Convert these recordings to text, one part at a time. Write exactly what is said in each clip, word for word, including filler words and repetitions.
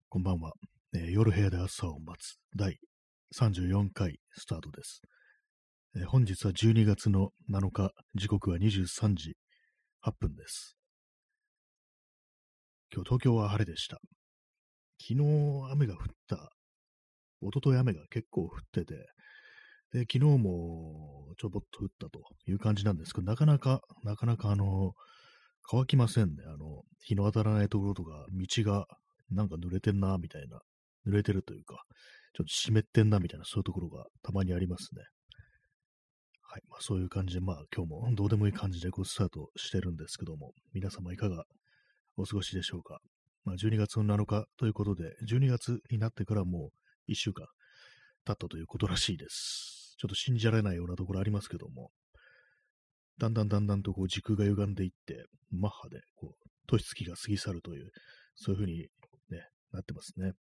こんばんは、えー夜部屋で朝を待つだいさんじゅうよんかいスタートです。えー本日はじゅうにがつのなのか、時刻はにじゅうさんじはっぷんです。今日東京は晴れでした。昨日雨が降った、一昨日雨が結構降ってて、で、昨日もちょぼっと降ったという感じなんですけど、なかなか、なかなかあの、乾きませんね。あの、日の当たらないところとか、道がなんか濡れてんな、みたいな。濡れてるというか、ちょっと湿ってんな、みたいな、そういうところがたまにありますね。はい。まあ、そういう感じで、まあ、今日もどうでもいい感じでこうスタートしてるんですけども、皆様いかがお過ごしでしょうか。まあ、じゅうにがつのなのかということで、じゅうにがつになってからもういっしゅうかん経ったということらしいです。ちょっと信じられないようなところありますけども、だんだんだんだんとこう時空が歪んでいって、マッハでこう年月が過ぎ去るという、そういう風に、ね、なってますね。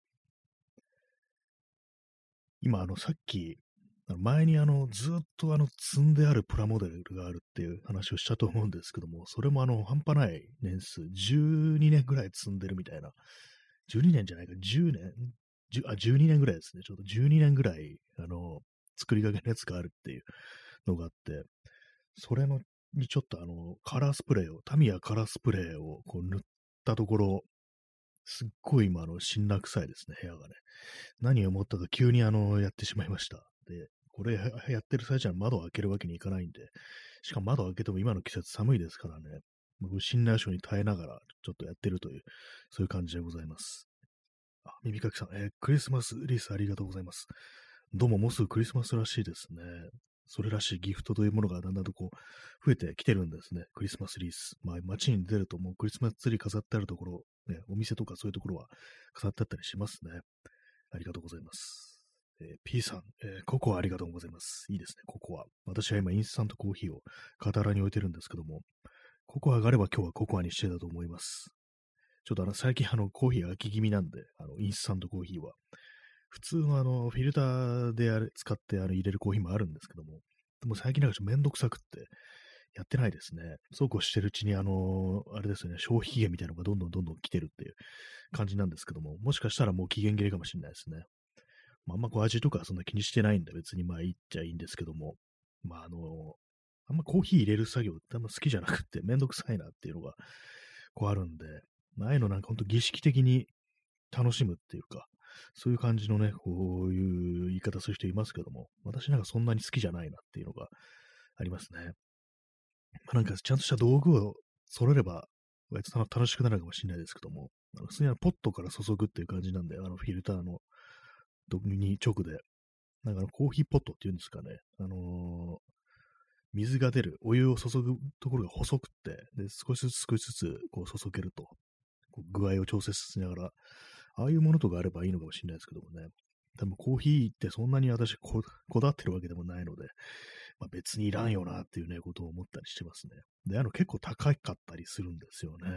今、あの、さっき、あの前にあの、ずっとあの、積んであるプラモデルがあるっていう話をしたと思うんですけども、それもあの、半端ない年数、じゅうにねんぐらい積んでるみたいな、じゅうにねんじゃないか、じゅうねん、じゅうあ、じゅうにねんぐらいですね。ちょっとじゅうにねんぐらい、あの、作りかけのやつがあるっていうのがあって、それの、にちょっとあの、カラースプレーを、タミヤカラースプレーをこう塗ったところ、すっごい今、あの、しんな臭いですね、部屋がね。何を思ったか急にあの、やってしまいました。で、これややってる最中は窓を開けるわけにいかないんで、しかも窓を開けても今の季節寒いですからね、僕、心内症に耐えながらちょっとやってるという、そういう感じでございます。あ、耳かきさん、えークリスマスリースありがとうございます。どうももうすぐクリスマスらしいですね。それらしいギフトというものがだんだんとこう、増えてきてるんですね。クリスマスリース。まあ、街に出るともうクリスマスツリー飾ってあるところ、ね、お店とかそういうところは飾ってあったりしますね。ありがとうございます。えー P さん、えーココアありがとうございます。いいですね、ココア。私は今インスタントコーヒーを傍らに置いてるんですけども、ココアがあれば今日はココアにしてたと思います。ちょっとあの最近あのコーヒー飽き気味なんで、あのインスタントコーヒーは。普通のあのフィルターであれ使ってあの入れるコーヒーもあるんですけども、でも最近なんかちょっとめんどくさくってやってないですね。そうこうしてるうちにあの、あれですね、消費期限みたいなのがどんどんどんどん来てるっていう感じなんですけども、もしかしたらもう期限切れかもしれないですね。まあ、あんまこう味とかそんな気にしてないんで別にまあいいっちゃいいんですけども、まああの、あんまコーヒー入れる作業ってあんま好きじゃなくてめんどくさいなっていうのがこうあるんで、まあああいうのなんかほんと儀式的に楽しむっていうか、そういう感じのね、こういう言い方する人いますけども、私なんかそんなに好きじゃないなっていうのがありますね。まあ、なんかちゃんとした道具を揃えれば、割と楽しくなるかもしれないですけども、あの普通にあのポットから注ぐっていう感じなんで、あのフィルターのに直で、なんかあのコーヒーポットっていうんですかね、あのー水が出る、お湯を注ぐところが細くって、で、少しずつ少しずつこう注げると、こう具合を調節しながら、ああいうものとかあればいいのかもしれないですけどもね。多分コーヒーってそんなに私ここだわってるわけでもないので、まあ、別にいらんよなっていうね、ことを思ったりしてますね。で、あの結構高かったりするんですよね。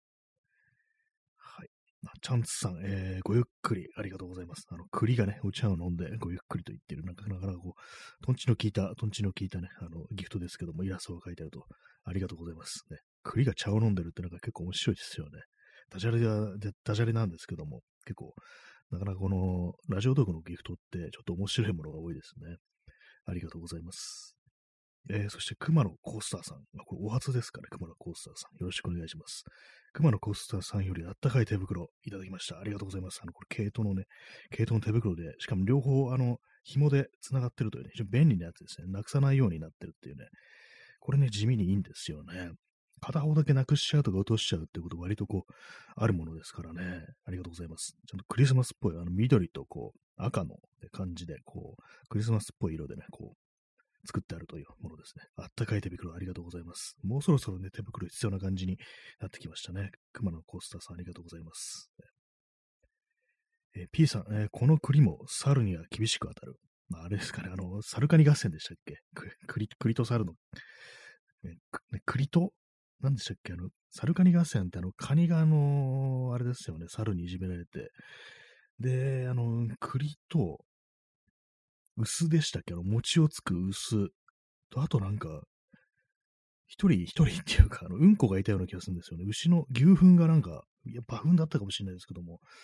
はい。あチャンツさん、えー、ごゆっくりありがとうございます。あの、栗がね、お茶を飲んでごゆっくりと言ってる、なんかなかなかこう、トンチの効いた、トンチの効いたね、あの、ギフトですけども、イラストが書いてあると、ありがとうございます。ね。栗が茶を飲んでるってなんか結構面白いですよね。ダジャレが、でダジャレなんですけども、結構、なかなかこの、ラジオトークのギフトってちょっと面白いものが多いですね。ありがとうございます。えー、そして、熊野コースターさん。まあこれ、お初ですかね、熊野コースターさん。よろしくお願いします。熊野コースターさんよりあったかい手袋いただきました。ありがとうございます。あの、これ、毛糸のね、毛糸の手袋で、しかも両方、あの、紐で繋がってるというね、非常に便利なやつですね。なくさないようになってるっていうね。これね、地味にいいんですよね。片方だけなくしちゃうとか落としちゃうってこと割とこう、あるものですからね。ありがとうございます。ちゃんとクリスマスっぽい、あの、緑とこう、赤の感じで、こう、クリスマスっぽい色でね、こう、作ってあるというものですね。あったかい手袋ありがとうございます。もうそろそろね、手袋必要な感じになってきましたね。熊野コースターさんありがとうございます。えー P さん、えーこの栗も猿には厳しく当たる。まあ、あれですかね、あの、猿カニ合戦でしたっけく栗栗と猿の、ねくね栗と、何でしたっけあの、猿カニ合戦ってあの、カニがあのーあれですよね、猿にいじめられて、で、あの、栗と、薄でしたっけあの、餅をつく薄と、あとなんか、一人、一人っていうか、あの、うんこがいたような気がするんですよね。牛の、牛糞がなんか、いや、馬糞だったかもしれないですけども、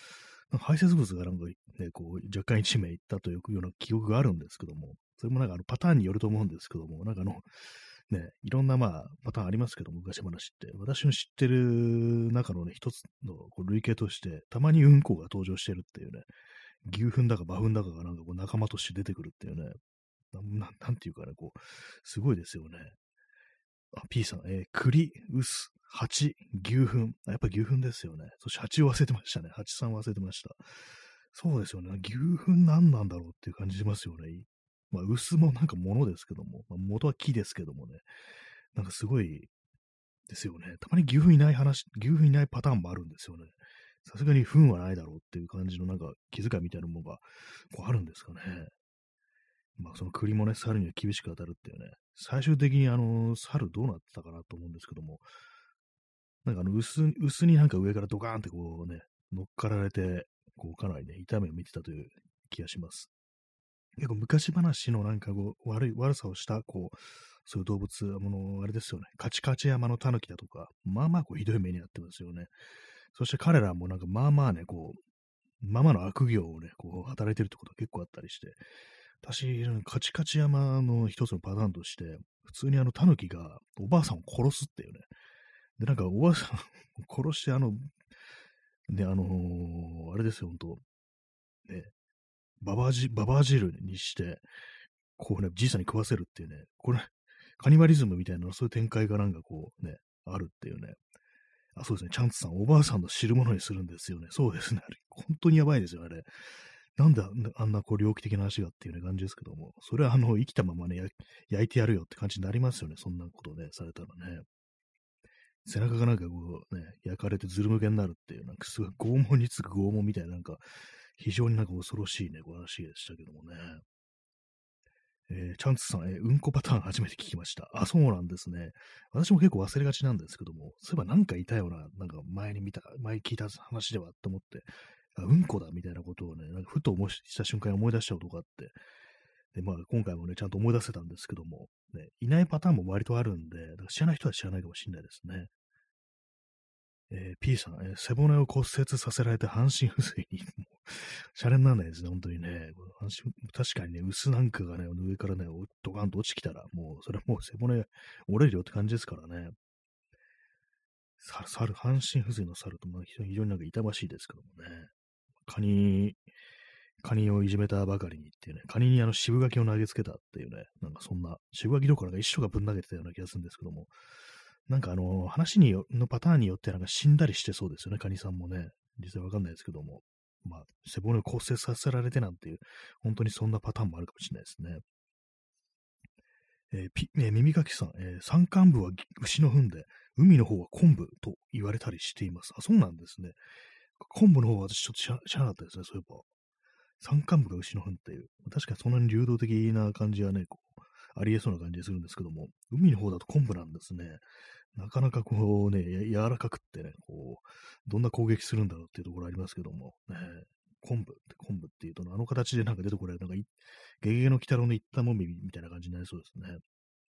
なんか排泄物がなんかね、こう、若干一名いったというような記憶があるんですけども、それもなんかあのパターンによると思うんですけども、なんかあの、ね、いろんなまあ、パターンありますけども、昔話って。私の知ってる中のね、一つのこう類型として、たまにうんこが登場してるっていうね、牛糞だか馬糞だかがなんかこう仲間として出てくるっていうね、なんなんなんていうかね、こう、すごいですよね。あ、P さん、えー栗、臼、蜂、牛糞。あやっぱ牛糞ですよね。そして蜂を忘れてましたね。蜂さん忘れてました。そうですよね。牛糞何なんだろうっていう感じしますよね。まあ、臼もなんか物ですけども、まあ、元は木ですけどもね。なんかすごいですよね。たまに牛糞いない話、牛糞いないパターンもあるんですよね。さすがに糞はないだろうっていう感じのなんか気遣いみたいなものがこうあるんですかね。まあ、その栗もね、猿には厳しく当たるっていうね。最終的にあの、猿どうなってたかなと思うんですけども、なんかあの、薄、薄になんか上からドカーンってこうね、乗っかられて、こう、かなりね、痛みを見てたという気がします。結構昔話のなんかこう、悪い、悪さをした、こう、そういう動物、あの、あれですよね、カチカチ山のタヌキだとか、まあまあこう、ひどい目に遭ってますよね。そして彼らもなんかまあまあね、こう、まあまあの悪行をね、こう、働いてるってことが結構あったりして、私、カチカチ山の一つのパターンとして、普通にあの、タヌキがおばあさんを殺すっていうね。で、なんかおばあさんを殺して、あの、で、あのーあれですよ、ほんと、ね、ババアじ、ババア汁にして、こうね、じいさんに食わせるっていうね、これ、カニバリズムみたいな、そういう展開がなんかこうね、あるっていうね。あ、そうですね、チャンツさん、おばあさんの汁物にするんですよね。そうですね、あれ、本当にやばいですよ、あれ。なんであんなあんなこう猟奇的な話がっていうね感じですけども、それはあの、生きたままね、や焼いてやるよって感じになりますよね、そんなことね、されたらね。背中がなんかこうね、焼かれてずるむけになるっていう、なんかすごい拷問に次ぐ拷問みたいな、なんか、非常になんか恐ろしいね、この話でしたけどもね。えーチャンツさん、えーうんこパターン初めて聞きました。あ、そうなんですね。私も結構忘れがちなんですけども、そういえばなんかいたような、なんか前に見た、前聞いた話ではと思って、あ、うんこだみたいなことをね、なんかふと思いした瞬間に思い出しちゃうとかあって、で、まあ今回もね、ちゃんと思い出せたんですけども、ね、いないパターンも割とあるんで、だから知らない人は知らないかもしれないですね。えー P さん、えー背骨を骨折させられて半身不随に、もう、シャレにならないですね、本当にね。こ半身確かにね、薄なんかがね、上からね、ドカンと落ちてきたら、もう、それはもう背骨折れるよって感じですからね。猿、猿半身不随の猿と、まあ、非常になんか痛ましいですけどもね。カニ、カニをいじめたばかりにっていうね、カニにあの渋柿を投げつけたっていうね、なんかそんな、渋柿どころか一緒がぶん投げてたような気がするんですけども、なんかあの、話によのパターンによってなんか死んだりしてそうですよね、カニさんもね。実際わかんないですけども。まあ、背骨を骨折させられてなんていう、本当にそんなパターンもあるかもしれないですね。えーピえー耳かきさん、えー山間部は牛の糞で、海の方は昆布と言われたりしています。あ、そうなんですね。昆布の方は私ちょっと知ら知らなかったですね、そういえば。山間部が牛の糞っていう。確かにそんなに流動的な感じはね、こう、ありえそうな感じするんですけども、海の方だと昆布なんですね。なかなかこうね、や柔らかくってね、こう、どんな攻撃するんだろうっていうところありますけども、ね、昆布って昆布っていうと、あの形でなんか出てこられる、なんかい、ゲゲゲの鬼太郎の一ったもみみたいな感じになりそうですね。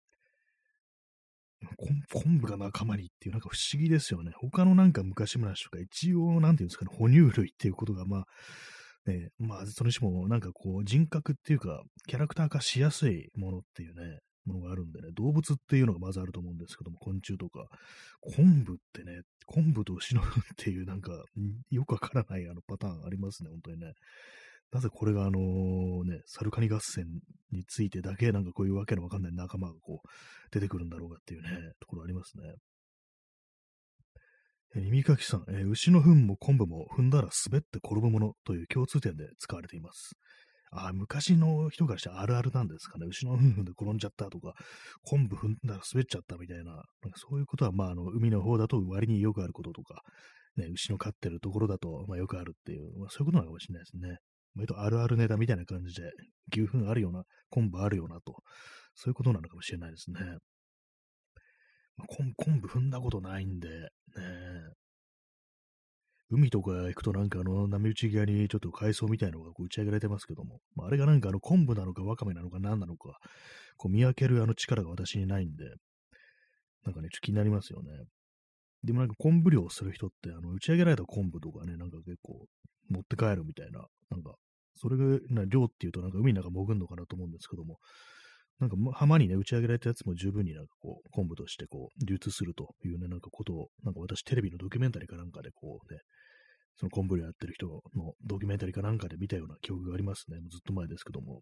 昆昆布が仲間にっていう、なんか不思議ですよね。他のなんか昔話とか、一応、なんていうんですかね、哺乳類っていうことが、まあ、ね、まあ、それにしても、なんかこう、人格っていうか、キャラクター化しやすいものっていうね、ものがあるんでね、動物っていうのがまずあると思うんですけども、昆虫とか、昆布ってね、昆布と牛の糞っていう、なんか、んよくわからないあのパターンありますね、本当にね。なぜこれがあのね、サルカニ合戦についてだけなんかこういうわけのわかんない仲間がこう出てくるんだろうかっていうね、ところありますね。え耳かきさん、えー牛の糞も昆布も踏んだら滑って転ぶものという共通点で使われています。ああ、昔の人からしてあるあるなんですかね。牛の糞踏んで転んじゃったとか、昆布踏んだら滑っちゃったみたいな、なんかそういうことは、まあ、あの、海の方だと割によくあることとか、ね、牛の飼ってるところだと、まあ、よくあるっていう、まあ、そういうことなのかもしれないですね。割とあるあるネタみたいな感じで、牛糞あるような、昆布あるようなと、そういうことなのかもしれないですね。まあ、昆昆布踏んだことないんで、ね、海とか行くとなんかあの波打ち際にちょっと海藻みたいなのがこう打ち上げられてますけども、まあ、あれがなんかあの昆布なのかワカメなのか何なのか、こう見分けるあの力が私にないんで、なんかね、ちょっと気になりますよね。 でもなんか昆布漁をする人って、あの、打ち上げられた昆布とかね、なんか結構持って帰るみたいな、なんか、それが、な漁っていうとなんか海の中潜るのかなと思うんですけども、なんかま浜にね、打ち上げられたやつも十分になんかこう、昆布としてこう、流通するというね、なんかことを、なんか私テレビのドキュメンタリーかなんかでこうね、その昆布漁やってる人のドキュメンタリーかなんかで見たような記憶がありますね。もうずっと前ですけども。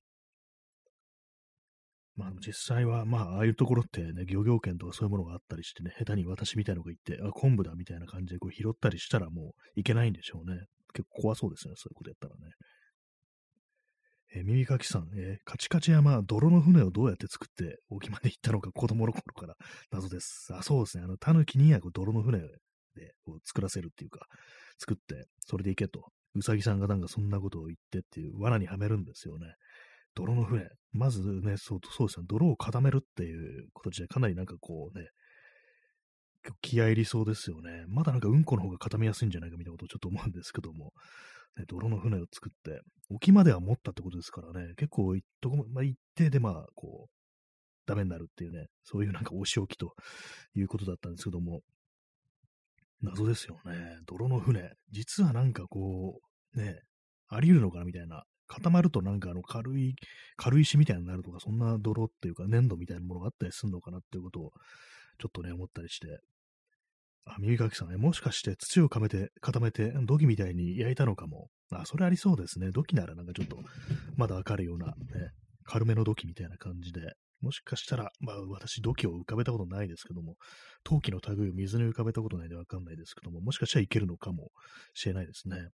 まあ実際は、まあああいうところってね、漁業権とかそういうものがあったりしてね、下手に私みたいのが言って、あ、昆布だみたいな感じでこう拾ったりしたらもういけないんでしょうね。結構怖そうですね、そういうことやったらね。えー耳かきさん、えーカチカチ山、泥の船をどうやって作って沖まで行ったのか子供の頃から謎です。あ、そうですね。あの、狸にはこう泥の船でこう作らせるっていうか、作って、それで行けと。うさぎさんがなんかそんなことを言ってっていう罠にはめるんですよね。泥の船。まずね、そう、そうですね。泥を固めるっていうこと自体かなりなんかこうね、気合い入りそうですよね。まだなんかうんこの方が固めやすいんじゃないかみたいなことをちょっと思うんですけども、ね、泥の船を作って、沖までは持ったってことですからね、結構行っとこ、まあ、行って、で、まあ、こう、ダメになるっていうね、そういうなんかお仕置きということだったんですけども、謎ですよね。泥の船。実はなんかこう、ね、あり得るのかなみたいな。固まるとなんかあの軽い、軽石みたいになるとか、そんな泥っていうか粘土みたいなものがあったりするのかなっていうことを、ちょっとね、思ったりして。あ、耳かきさんね、もしかして土をかめて、固めて、土器みたいに焼いたのかも。あ、それありそうですね。土器ならなんかちょっと、まだわかるような、ね、軽めの土器みたいな感じで。もしかしたら、まあ私土器を浮かべたことないですけども、陶器の類を水に浮かべたことないんでわかんないですけども、もしかしたらいけるのかもしれないですね。で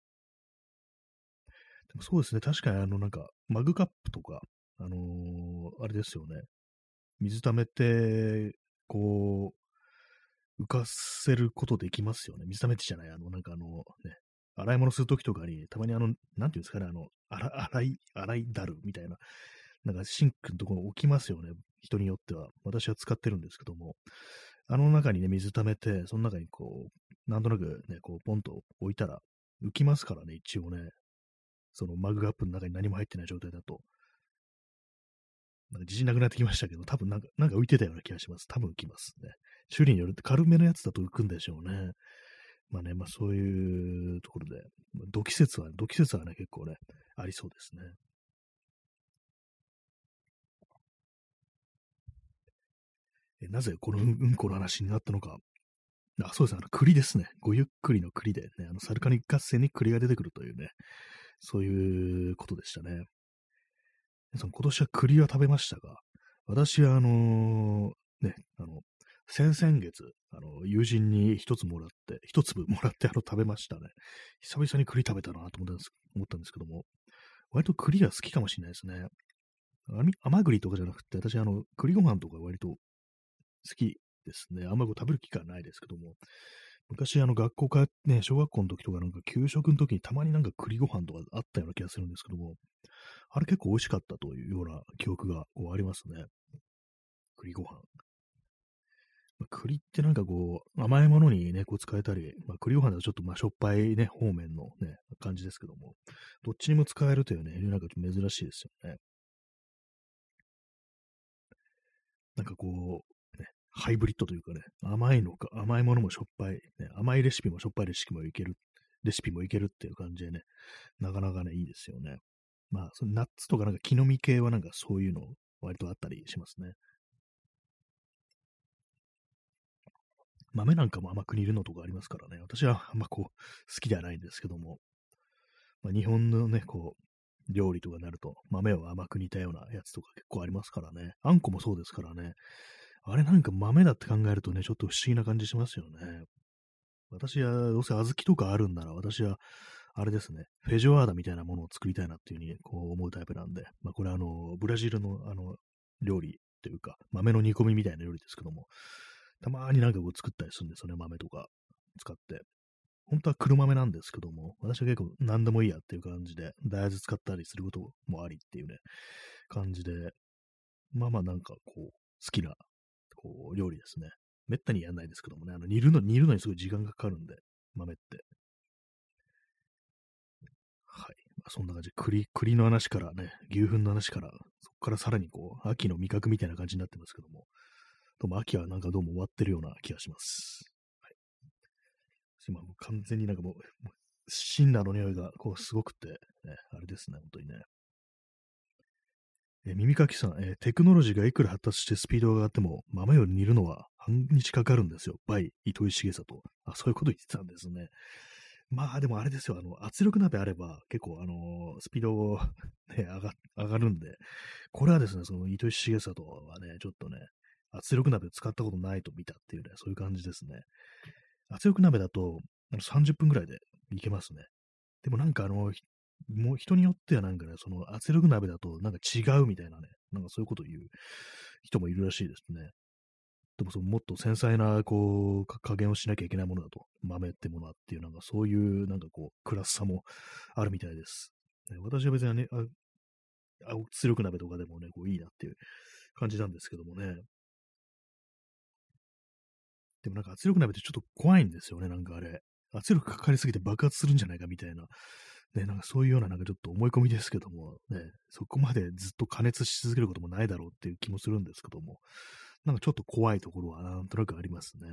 もそうですね。確かにあのなんか、マグカップとか、あのーあれですよね。水溜めて、こう、浮かせることできますよね。水溜めてじゃない、あの、なんかあの、ね、洗い物するときとかに、たまにあの、なんていうんですかね、あの、洗洗い、洗いだるみたいな、なんかシンクのところに置きますよね。人によっては。私は使ってるんですけども、あの中にね、水溜めて、その中にこう、なんとなくね、こう、ポンと置いたら、浮きますからね、一応ね。そのマグカップの中に何も入ってない状態だと。なんか自信なくなってきましたけど、多分なんか、なんか浮いてたような気がします。多分浮きますね。種類によるって軽めのやつだと浮くんでしょうね。まあね、まあそういうところで、まあ、土季節は、土季節はね、結構ね、ありそうですね。えなぜこのうんうんこの話になったのか。あ、そうですね、あの栗ですね。ごゆっくりの栗でね、あの、サルカニ合戦に栗が出てくるというね、そういうことでしたね。皆さん今年は栗は食べましたか？私はあのーね、あの、先々月、あの、友人に一つもらって、一粒もらってあの食べましたね。久々に栗食べたなと思ったんです、思ったんですけども、割と栗が好きかもしれないですね。あみ甘栗とかじゃなくて、私あの、栗ご飯とか割と好きですね。あんまりこう食べる機会はないですけども、昔あの学校か、ね、小学校の時とかなんか給食の時にたまになんか栗ご飯とかあったような気がするんですけども、あれ結構美味しかったというような記憶がこうありますね。栗ご飯。まあ、栗ってなんかこう、甘いものにね、こう使えたり、まあ、栗ご飯だとちょっとまあしょっぱいね、方面のね、感じですけども、どっちにも使えるというね、なんか珍しいですよね。なんかこう、ね、ハイブリッドというかね、甘いのか、甘いものもしょっぱい、ね、甘いレシピもしょっぱいレシピもいける、レシピもいけるっていう感じでね、なかなかね、いいですよね。まあ、そのナッツとかなんか木の実系はなんかそういうの割とあったりしますね。豆なんかも甘く煮るのとかありますからね。私はあんまこう、好きではないんですけども、まあ、日本のね、こう、料理とかになると、豆を甘く煮たようなやつとか結構ありますからね。あんこもそうですからね。あれなんか豆だって考えるとね、ちょっと不思議な感じしますよね。私は、どうせ小豆とかあるんなら、私は、あれですね、フェジョアーダみたいなものを作りたいなっていうふうにこう思うタイプなんで、まあこれはあの、ブラジルのあの、料理というか、豆の煮込みみたいな料理ですけども、たまーになんかこう作ったりするんですよね、豆とか使って。本当は黒豆なんですけども、私は結構何でもいいやっていう感じで、大豆使ったりすることもありっていうね、感じで、まあまあなんかこう、好きな、こう、料理ですね。めったにやんないですけどもね、あの、煮るの、煮るのにすごい時間がかかるんで、豆って。はい。まあ、そんな感じで、栗、栗の話からね、牛糞の話から、そこからさらにこう、秋の味覚みたいな感じになってますけども、どうも秋はなんかどうも終わってるような気がします。はい今もう完全になんかもう、もうシンナーの匂いがこうすごくて、ね、あれですね、本当にね。えー耳かきさん、えーテクノロジーがいくら発達してスピードが上がっても、豆を煮るのは半日かかるんですよ。バイ、糸井重里。あ、そういうこと言ってたんですね。まあでもあれですよ、あの、圧力鍋あれば結構あのースピードね、上が、上がるんで、これはですね、その糸井重里はね、ちょっとね、圧力鍋使ったことないと見たっていうね、そういう感じですね。圧力鍋だと、あのさんじゅっぷんぐらいでいけますね。でもなんかあの、ひもう人によってはなんかね、その圧力鍋だとなんか違うみたいなね、なんかそういうことを言う人もいるらしいですね。でもそのもっと繊細なこうか加減をしなきゃいけないものだと、豆ってものはっていう、なんかそういうなんかこう、クラス差もあるみたいです。ね、私は別にね、あ圧力鍋とかでもね、こういいなっていう感じなんですけどもね。でもなんか圧力鍋ってちょっと怖いんですよね、なんかあれ。圧力かかりすぎて爆発するんじゃないかみたいな。ね、なんかそういうようななんかちょっと思い込みですけども、ね、そこまでずっと加熱し続けることもないだろうっていう気もするんですけども、なんかちょっと怖いところはなんとなくありますね。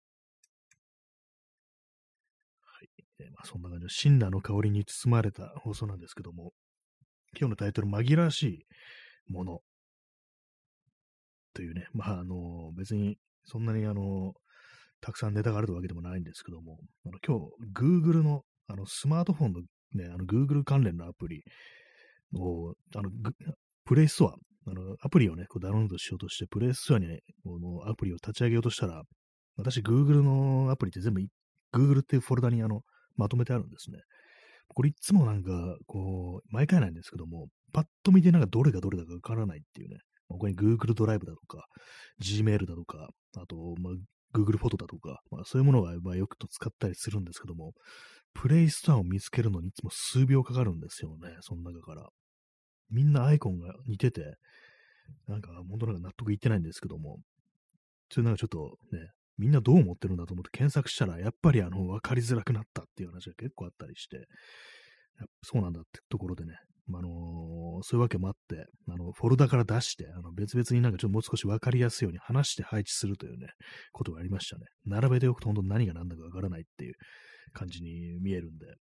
はい。えーまあ、そんな感じで、シンナーの香りに包まれた放送なんですけども、今日のタイトル、紛らわしいものというね、まあ、あの、別にそんなにあの、たくさんネタがあるわけでもないんですけども、あの今日、Google のあのスマートフォンのね、あの Google 関連のアプリを、あの、グプレイストア、あの、アプリをね、こうダウンロードしようとして、プレイストアにね、このアプリを立ち上げようとしたら、私、Google のアプリって全部、Google っていうフォルダにあの、まとめてあるんですね。これいつもなんか、こう、毎回なんですけども、パッと見てなんかどれがどれだかわからないっていうね。ここに Google ドライブだとか、Gmail だとか、あと、まあ、Google フォトだとか、まあ、そういうものが、まあ、よくと使ったりするんですけども、プレイストアを見つけるのにいつも数秒かかるんですよね、その中から。みんなアイコンが似てて、なんか、本当なんか納得いってないんですけども、それなんかちょっとね、みんなどう思ってるんだと思って検索したら、やっぱりあの、わかりづらくなったっていう話が結構あったりして、やっぱそうなんだってところでね、まあのーそういうわけもあって、あの、フォルダから出して、あの、別々になんかちょっともう少しわかりやすいように話して配置するというね、ことがありましたね。並べておくと本当に何が何だかわからないっていう感じに見えるんで、はい。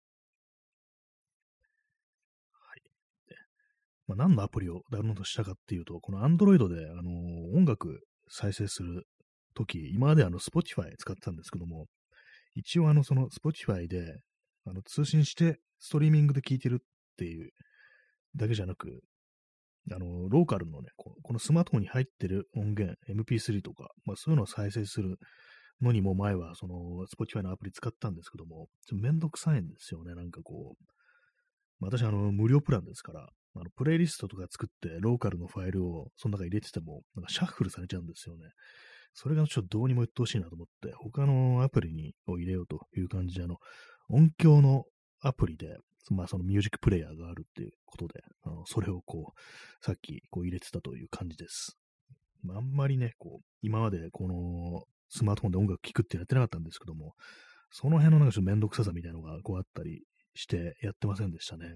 でまあ、何のアプリをダウンロードしたかっていうと、この Android で、あのー音楽再生するとき、今まであの Spotify 使ってたんですけども、一応あのその Spotify であの通信してストリーミングで聴いてるっていうだけじゃなく、あの、ローカルのね、ここのスマートフォンに入ってる音源、エムピースリー とか、まあそういうのを再生するのにも前はその Spotify のアプリ使ったんですけども、ちょっとめんどくさいんですよね、なんかこう。まあ私あの無料プランですから、あのプレイリストとか作ってローカルのファイルをその中に入れてても、なんかシャッフルされちゃうんですよね。それがちょっとどうにも言ってほしいなと思って、他のアプリにを入れようという感じで、あの、音響のアプリで、まあそのミュージックプレイヤーがあるっていうことで、あのそれをこう、さっきこう入れてたという感じです。まあ、あんまりね、こう、今までこのスマートフォンで音楽聴くってやってなかったんですけども、その辺のなんかちょっとめんどくささみたいなのがこうあったりしてやってませんでしたね。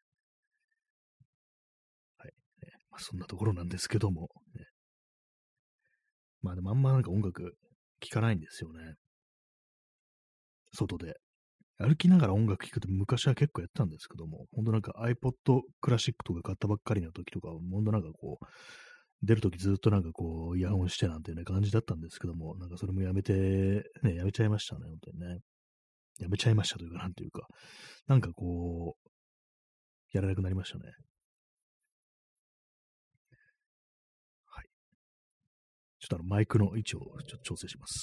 はい。ねまあ、そんなところなんですけども、ね、まあでもあんまなんか音楽聴かないんですよね。外で。歩きながら音楽聴くって昔は結構やったんですけども、ほんとなんか iPod クラシックとか買ったばっかりの時とか、ほんとなんかこう、出るときずっとなんかこう、イヤホンしてなんていうね感じだったんですけども、なんかそれもやめて、ね、やめちゃいましたね、本当にね。やめちゃいましたというか、なんていうか、なんかこう、やらなくなりましたね。はい。ちょっとあの、マイクの位置をちょっと調整します。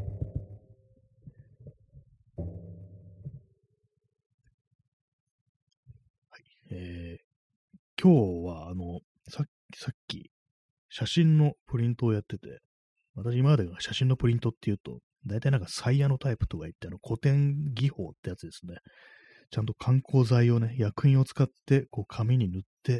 はい。えー、今日はあの、さっき、さっき、写真のプリントをやってて、私今までが写真のプリントっていうと、大体なんかサイヤのタイプとか言って、あの古典技法ってやつですね。ちゃんと観光剤をね、薬品を使って、こう紙に塗って、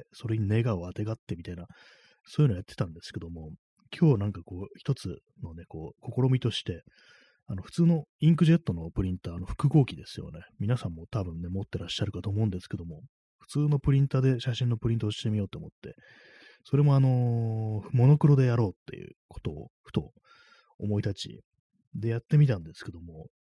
それにネガをあてがってみたいな、そういうのやってたんですけども、今日なんかこう、一つのね、こう、試みとして、あの、普通のインクジェットのプリンターの複合機ですよね。皆さんも多分ね、持ってらっしゃるかと思うんですけども、普通のプリンターで写真のプリントをしてみようと思って、それもあのーモノクロでやろうっていうことをふと思い立ち、でやってみたんですけども、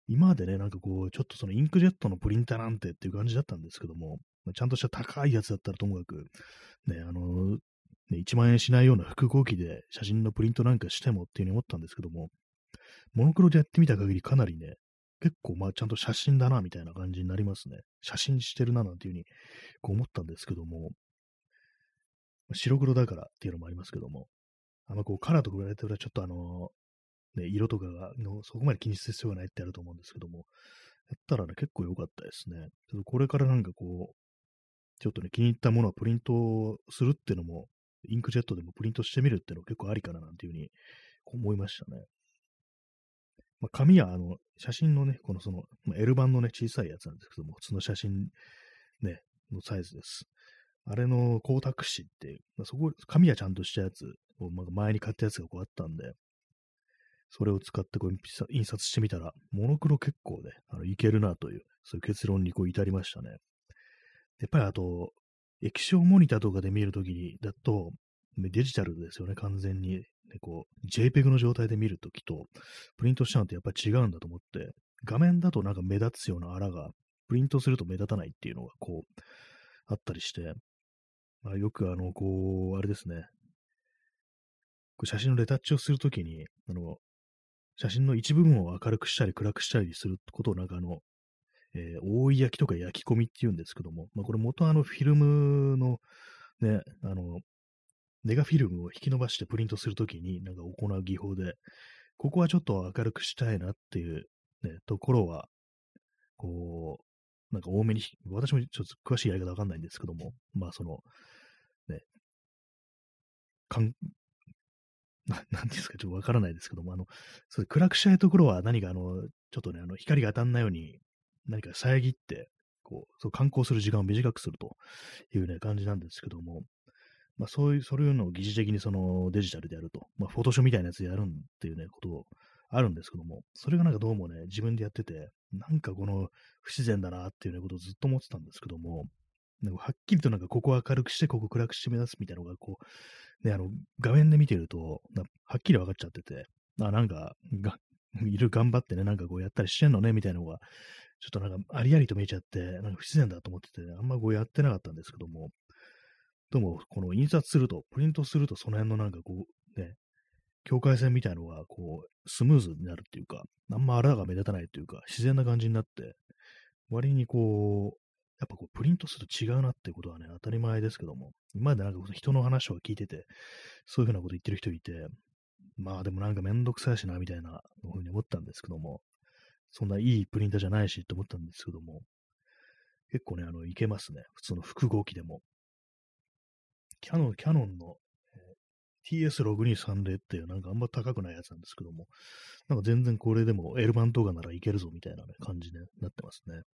今までね、なんかこう、ちょっとそのインクジェットのプリンターなんてっていう感じだったんですけども、まあちゃんとした高いやつだったらともかく、ね、あのね、いちまん円しないような複合機で写真のプリントなんかしてもっていうふうに思ったんですけども、モノクロでやってみた限りかなりね、結構まあちゃんと写真だなみたいな感じになりますね。写真してるななんていうふうにこう思ったんですけども、白黒だからっていうのもありますけども、あんまこうカラーと比べたらちょっとあのね、色とかがのそこまで気にする必要がないってあると思うんですけども、やったらね、結構良かったですね。ちょっとこれからなんかこう、ちょっとね、気に入ったものをプリントするっていうのも、インクジェットでもプリントしてみるっていうのも結構ありかななんていうふうに思いましたね。まあ、紙はあの、写真のね、このその、まあ、L 版のね、小さいやつなんですけども、普通の写真ね、のサイズです。あれの光沢紙っていう、まあ、そこ、紙はちゃんとしたやつを、まあ、前に買ったやつがこうあったんで、それを使ってこう印刷してみたら、モノクロ結構ね、あのいけるなという、そういう結論にこう至りましたね。やっぱりあと、液晶モニターとかで見るときに、だと、デジタルですよね、完全に。でこう、JPEG の状態で見るときと、プリントしたのってやっぱり違うんだと思って、画面だとなんか目立つようなあらが、プリントすると目立たないっていうのがこう、あったりして、まあ、よくあの、こう、あれですね、こう写真のレタッチをするときに、あの、写真の一部分を明るくしたり暗くしたりすることをなんかあの、えー、覆い焼きとか焼き込みって言うんですけども、まあ、これ元あのフィルムのね、あの、ネガフィルムを引き伸ばしてプリントするときになんか行う技法で、ここはちょっと明るくしたいなっていうね、ところは、こう、なんか多めに、私もちょっと詳しいやり方わかんないんですけども、まあその、ね、かん、ななんていうんですか、ちょっとわからないですけども、あの、そう暗くしたいところは何かあの、ちょっとね、あの、光が当たんないように、何か遮って、こう、そう観光する時間を短くするというね、感じなんですけども、まあそういう、そういうのを疑似的にそのデジタルでやると、まあフォトショーみたいなやつでやるっていうね、ことあるんですけども、それがなんかどうもね、自分でやってて、なんかこの不自然だなっていうね、ことをずっと思ってたんですけども、なんかはっきりとなんかここを明るくして、ここ暗くして目指すみたいなのがこう、ね、あの、画面で見てると、なはっきり分かっちゃってて、あ、なんか、が、いる頑張ってね、なんかこうやったりしてんのね、みたいなのが、ちょっとなんかありありと見えちゃって、なんか不自然だと思ってて、あんまこうやってなかったんですけども、どうも、この印刷すると、プリントすると、その辺のなんかこう、ね、境界線みたいのが、こう、スムーズになるっていうか、あんまあらが目立たないというか、自然な感じになって、割にこう、やっぱこう、プリントすると違うなってことはね、当たり前ですけども、今までなんか人の話を聞いてて、そういうふうなこと言ってる人いて、まあでもなんかめんどくさいしな、みたいなふうに思ったんですけども、そんないいプリンターじゃないしって思ったんですけども、結構ね、あの、いけますね。普通の複合機でも。キャノン、キャノンの、えー ティーエスろくにさんゼロ っていうなんかあんま高くないやつなんですけども、なんか全然これでも L 版とかならいけるぞみたいな、ね、感じになってますね。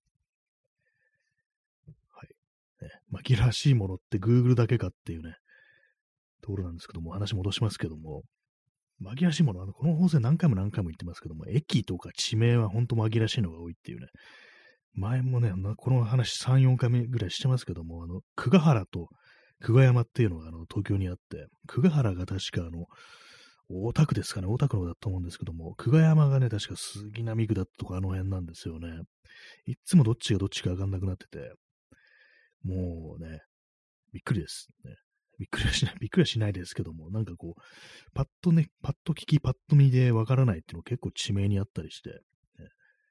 はい。ね、紛らわしいものって Google だけかっていうね、ところなんですけども、話戻しますけども、紛らわしいもの、あの、この放送で何回も何回も言ってますけども、駅とか地名は本当紛らわしいのが多いっていうね、前もね、この話さん、よんかいめぐらいしてますけども、あの、久我原と久我山っていうのがあの東京にあって、久我原が確かあの、大田区ですかね、大田区のだと思うんですけども、久我山がね、確か杉並区だったとかあの辺なんですよね。いっつもどっちがどっちかわかんなくなってて、もうね、びっくりです。ね、びっくりはしない、びっくりはしないですけども、なんかこう、パッとね、パッと聞き、パッと見でわからないっていうの結構地名にあったりして、ね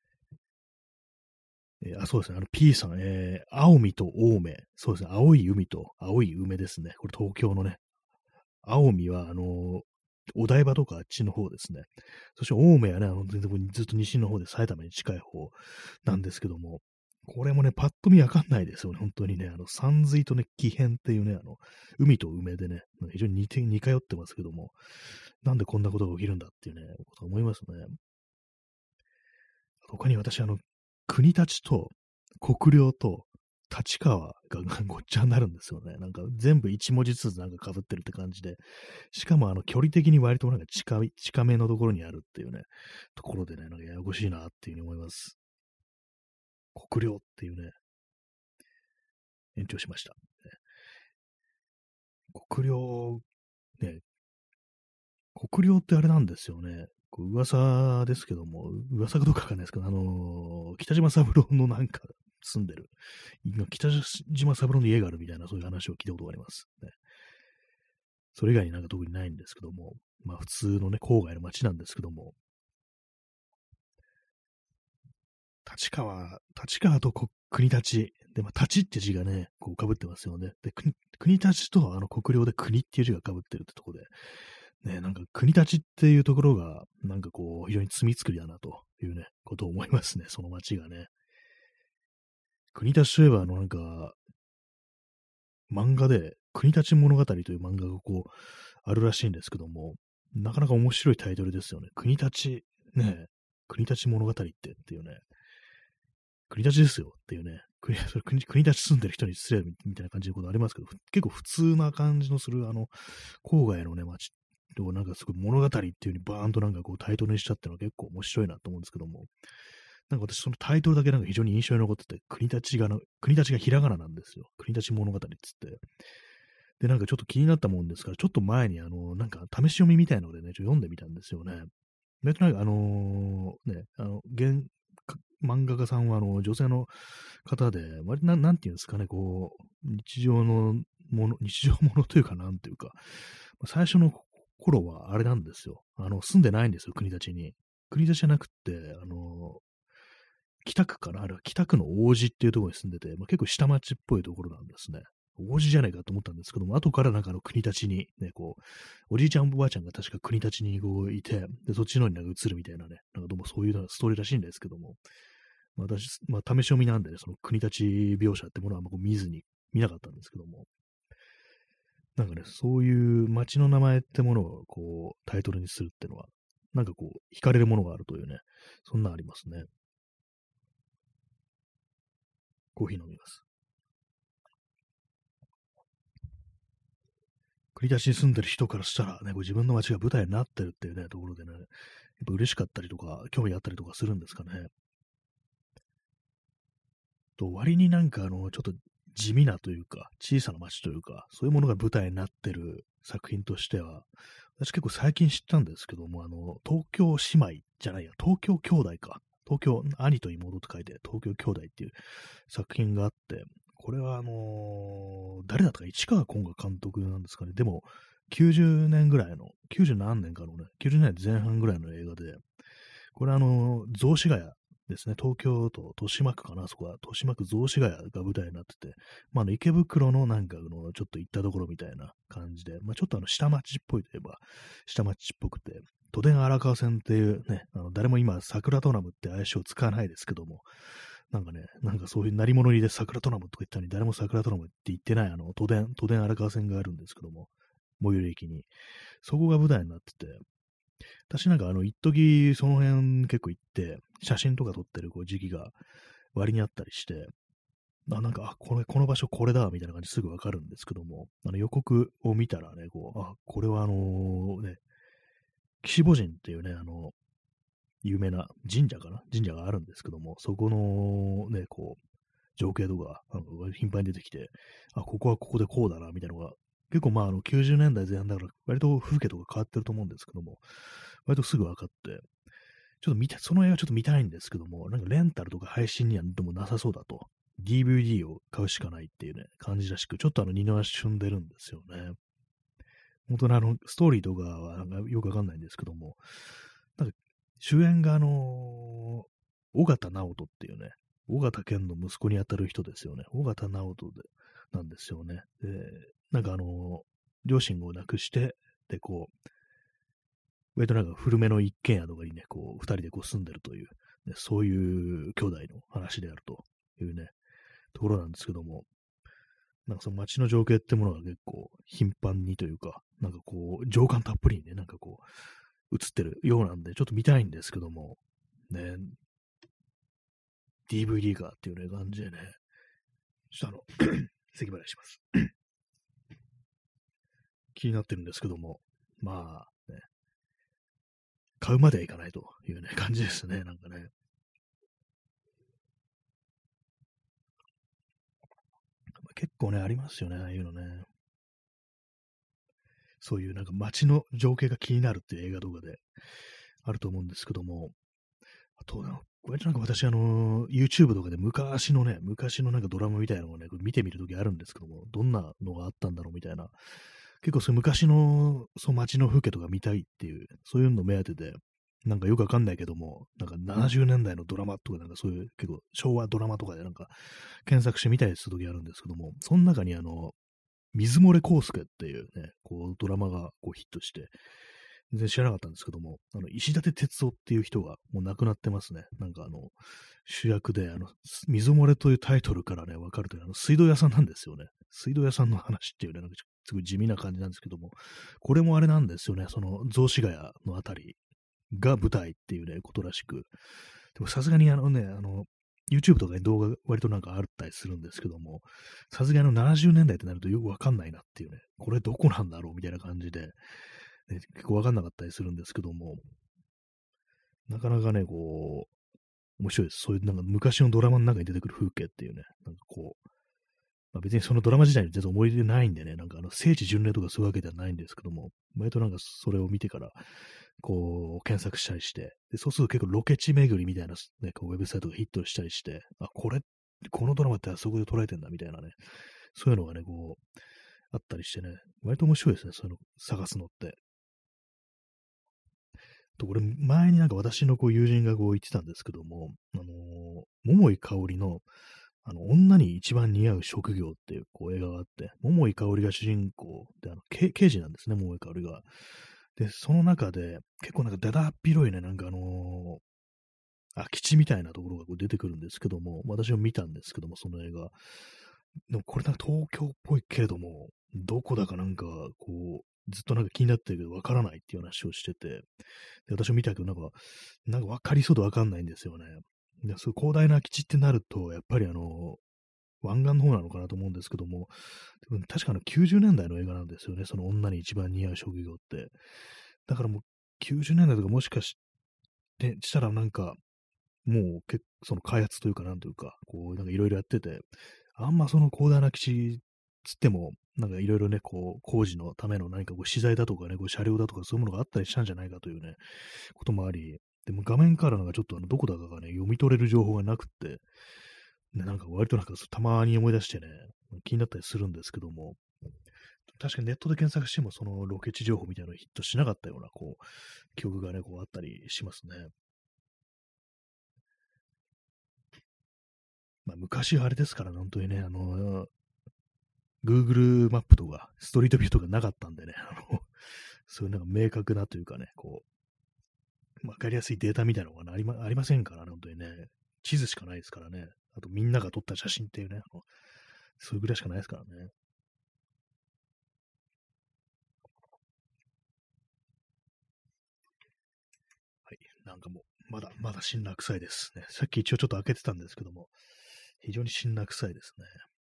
えーあ、そうですね。あの P さん、えー、青海と青梅。そうですね。青い海と青い梅ですね。これ東京のね。青海は、あのーお台場とかあっちの方ですね。そして青梅はね、あの全然ずっと西の方で埼玉に近い方なんですけども、これもね、パッと見わかんないですよね。本当にね、あの、山水とね、木偏っていうね、あの、海と梅でね、非常に似て、似通ってますけども、なんでこんなことが起きるんだっていうね、こと思いますね。他に私、あの、国立と国領と立川がごっちゃになるんですよね。なんか全部一文字ずつなんか被ってるって感じで。しかもあの距離的に割となんか近い、近めのところにあるっていうね、ところでね、なんかややこしいなっていうふうに思います。国領っていうね、延長しました。ね、国領、ね、国領ってあれなんですよね。 こう噂ですけども、噂かどうかわかんないですけど、あのー北島三郎のなんか住んでる、今北島三郎の家があるみたいなそういう話を聞いたことがありますね。それ以外になんか特にないんですけども、まあ普通のね、郊外の街なんですけども、立川、立川とこ国立。で、まあ、立って字がね、こう被ってますよね。で、国国立とあの国領で国っていう字が被ってるってところで、ね、なんか国立っていうところが、なんかこう、非常に罪作りだなというね、ことを思いますね、その街がね。国立といえば、あの、なんか、漫画で、国立物語という漫画がこう、あるらしいんですけども、なかなか面白いタイトルですよね。国立、ね、国立物語ってっていうね、国立ですよっていうね、国それ国国立住んでる人に失礼みたいな感じのことありますけど、結構普通な感じのする、あの、郊外のね、街をなんかすごい物語っていう風にバーンとなんかこうタイトルにしちゃってるのは結構面白いなと思うんですけども、なんか私そのタイトルだけなんか非常に印象に残ってて、国立がな、国立がひらがななんですよ。国立物語っつって。で、なんかちょっと気になったもんですから、ちょっと前にあの、なんか試し読みみたいのでね、ちょっと読んでみたんですよね。なんとなくあのね、あの、原漫画家さんはあの女性の方で、割とななんていうんですかね、こう、日常のもの、日常ものというか、なんていうか、最初の頃はあれなんですよ。あの、住んでないんですよ、国立に。国立じゃなくて、あの、北区かなあれは北区の王子っていうところに住んでて、まあ、結構下町っぽいところなんですね。王子じゃないかと思ったんですけども、後からなんかあの国立にね、こう、おじいちゃんおばあちゃんが確か国立にこういて、で、そっちの方になんか移るみたいなね、なんかどうもそういうストーリーらしいんですけども、まあ、私、まあ、試し読みなんでね、その国立描写ってものはあんまこう見ずに、見なかったんですけども、なんかね、そういう街の名前ってものをこう、タイトルにするっていうのは、なんかこう、惹かれるものがあるというね、そんなありますね。コーヒー飲みます。国立に住んでる人からしたらね、こう自分の街が舞台になってるっていうね、ところでね、やっぱ嬉しかったりとか、興味あったりとかするんですかね。と、割になんかあの、ちょっと地味なというか、小さな街というか、そういうものが舞台になってる作品としては、私結構最近知ったんですけども、あの、東京姉妹じゃないや、東京兄弟か。東京、兄と妹と書いて、東京兄弟っていう作品があって、これはあのー誰だったか、市川崑が監督なんですかね。でも、きゅうじゅうねんぐらいの、きゅうじゅう何年かのね、きゅうじゅうねんぜん半ぐらいの映画で、これあのー雑司ヶ谷ですね、東京都豊島区かな、そこは、豊島区雑司ヶ谷が舞台になってて、まあ、あの池袋のなんかの、ちょっと行ったところみたいな感じで、まあ、ちょっとあの、下町っぽいといえば、下町っぽくて、都電荒川線っていうね、あの誰も今、桜トナムって愛称使わないですけども、なんかね、なんかそういう鳴り物入りで桜トナムとか言ったのに、誰も桜トナムって言ってない、あの、都電、都電荒川線があるんですけども、最寄り駅に。そこが舞台になってて、私なんかあの、一時その辺結構行って、写真とか撮ってるこう時期が割にあったりして、あ、なんか、あ、これ、この場所これだ、みたいな感じですぐわかるんですけども、あの予告を見たらね、こう、あ、これはあのね、岸母神っていうね、あの、有名な神社かな神社があるんですけども、そこのね、こう、情景とか、あの頻繁に出てきて、あ、ここはここでこうだな、みたいなのが、結構まあ、あの、きゅうじゅうねんだいぜん半だから、割と風景とか変わってると思うんですけども、割とすぐ分かって、ちょっと見て、その映画ちょっと見たいんですけども、なんかレンタルとか配信にはでもなさそうだと。ディーブイディー を買うしかないっていうね、感じらしく、ちょっとあの、二の足踏んでるんですよね。本当にあの、ストーリーとかはなんかよくわかんないんですけども、なんか主演があの尾形直人っていうね、尾形健の息子にあたる人ですよね。尾形直人で、なんですよね。で、なんかあの両親を亡くして、で、こう、割となんか古めの一軒家とかにね、こう、二人でこう住んでるという、ね、そういう兄弟の話であるというね、ところなんですけども、なんかその街の情景ってものが結構頻繁にというか、なんかこう、情感たっぷりにね、なんかこう、映ってるようなんで、ちょっと見たいんですけども、ね、ディーブイディー かっていうね、感じでね、ちょっとあの、咳払いします。気になってるんですけども、まあ、ね、買うまではいかないというね、感じですね、なんかね。結構ね、ありますよね、ああいうのね。そういうなんか街の情景が気になるっていう映画動画で、 あると思うんですけども、あと、割となんか私、あの、YouTube とかで昔のね、昔のなんかドラマみたいなのをね、こう見てみるときあるんですけども、どんなのがあったんだろうみたいな、結構そういう昔の、そう街の風景とか見たいっていう、そういうの目当てで、なんかよくわかんないけども、なんかななじゅうねんだいのドラマとか、なんかそういう結構昭和ドラマとかでなんか検索してみたりするときあるんですけども、その中にあの、水漏れ康介っていうね、こうドラマがこうヒットして、全然知らなかったんですけども、あの、石立哲夫っていう人がもう亡くなってますね。なんかあの、主役で、あの、水漏れというタイトルからね、わかるという、あの、水道屋さんなんですよね。水道屋さんの話っていうね、なんかすごい地味な感じなんですけども、これもあれなんですよね、その、雑司ヶ谷のあたりが舞台っていうね、ことらしく、でもさすがにあのね、あの、YouTube とかに動画割となんかあったりするんですけども、さすがにあのななじゅうねんだいってなるとよくわかんないなっていうね、これどこなんだろうみたいな感じで、ね、結構わかんなかったりするんですけども、なかなかね、こう、面白いです。そういうなんか昔のドラマの中に出てくる風景っていうね、なんかこう、まあ、別にそのドラマ自体に全然思い出ないんでね、なんかあの聖地巡礼とかそういうわけではないんですけども、割となんかそれを見てから、こう、検索したりして、でそうすると結構ロケ地巡りみたいな、ね、こうウェブサイトがヒットしたりして、あ、これ、このドラマってあそこで捉えてんだみたいなね、そういうのがね、こう、あったりしてね、割と面白いですね、そういうの探すのって。と、これ、前になんか私のこう友人がこう言ってたんですけども、あのー、桃井かおりの、あの、女に一番似合う職業っていうこう映画があって、桃井かおりが主人公で、あの、刑刑事なんですね、桃井かおりが。で、その中で、結構なんかだだっ広いね、なんかあのー空き地みたいなところがこう出てくるんですけども、私も見たんですけども、その映画。でもこれなんか東京っぽいけれども、どこだかなんか、こう、ずっとなんか気になってるけど、わからないっていう話をしてて、で、私も見たけど、なんか、なんかわかりそうでわかんないんですよね。で、そういう広大な空き地ってなると、やっぱりあの、湾岸の方なのかなと思うんですけども、でも確かあのきゅうじゅうねんだいの映画なんですよね、その女に一番似合う職業って。だからもうきゅうじゅうねんだいとかもしかして、したらなんか、もう結構その開発というかなんというか、こうなんかいろいろやってて、あんまその広大な基地つっても、なんかいろいろね、こう工事のための何かこう資材だとかね、こう車両だとかそういうものがあったりしたんじゃないかというね、こともあり、でも画面からなんかちょっとあのどこだかがね、読み取れる情報がなくって、ね、なんか割となんかたまに思い出してね、気になったりするんですけども、確かにネットで検索してもそのロケ地情報みたいなのヒットしなかったような、こう、記憶がね、こうあったりしますね。まあ、昔はあれですから、本当にね、あの、Google マップとか、ストリートビューとかなかったんでね、あの、そういうなんか明確なというかね、こう、わかりやすいデータみたいなのがありまありませんからね、本当にね。地図しかないですからね。あとみんなが撮った写真っていうね、あのそれぐらいしかないですからね。はい。なんかもう、まだ、まだ辛辣臭いですね。さっき一応ちょっと開けてたんですけども、非常に辛辣臭いですね。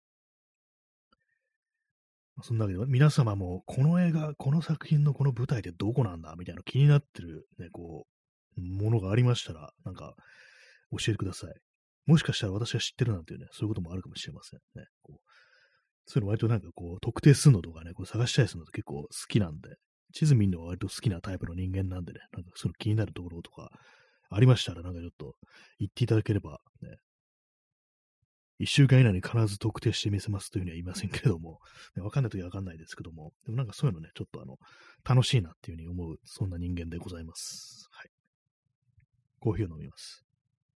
まあそんなわけで、皆様も、この映画、この作品のこの舞台ってどこなんだみたいな気になってるね、こう、ものがありましたら、なんか、教えてください。もしかしたら私が知ってるなんていうね、そういうこともあるかもしれませんね。こうそういうの割となんかこう、特定するのとかね、こう探したりするのと結構好きなんで、地図見るのは割と好きなタイプの人間なんでね、なんかその気になるところとかありましたら、なんかちょっと言っていただければ、ね、一週間以内に必ず特定してみせますというふうには言いませんけれども、ねわかんないときはわかんないですけども、でもなんかそういうのね、ちょっとあの、楽しいなっていうふうに思う、そんな人間でございます。はい。コーヒーを飲みます。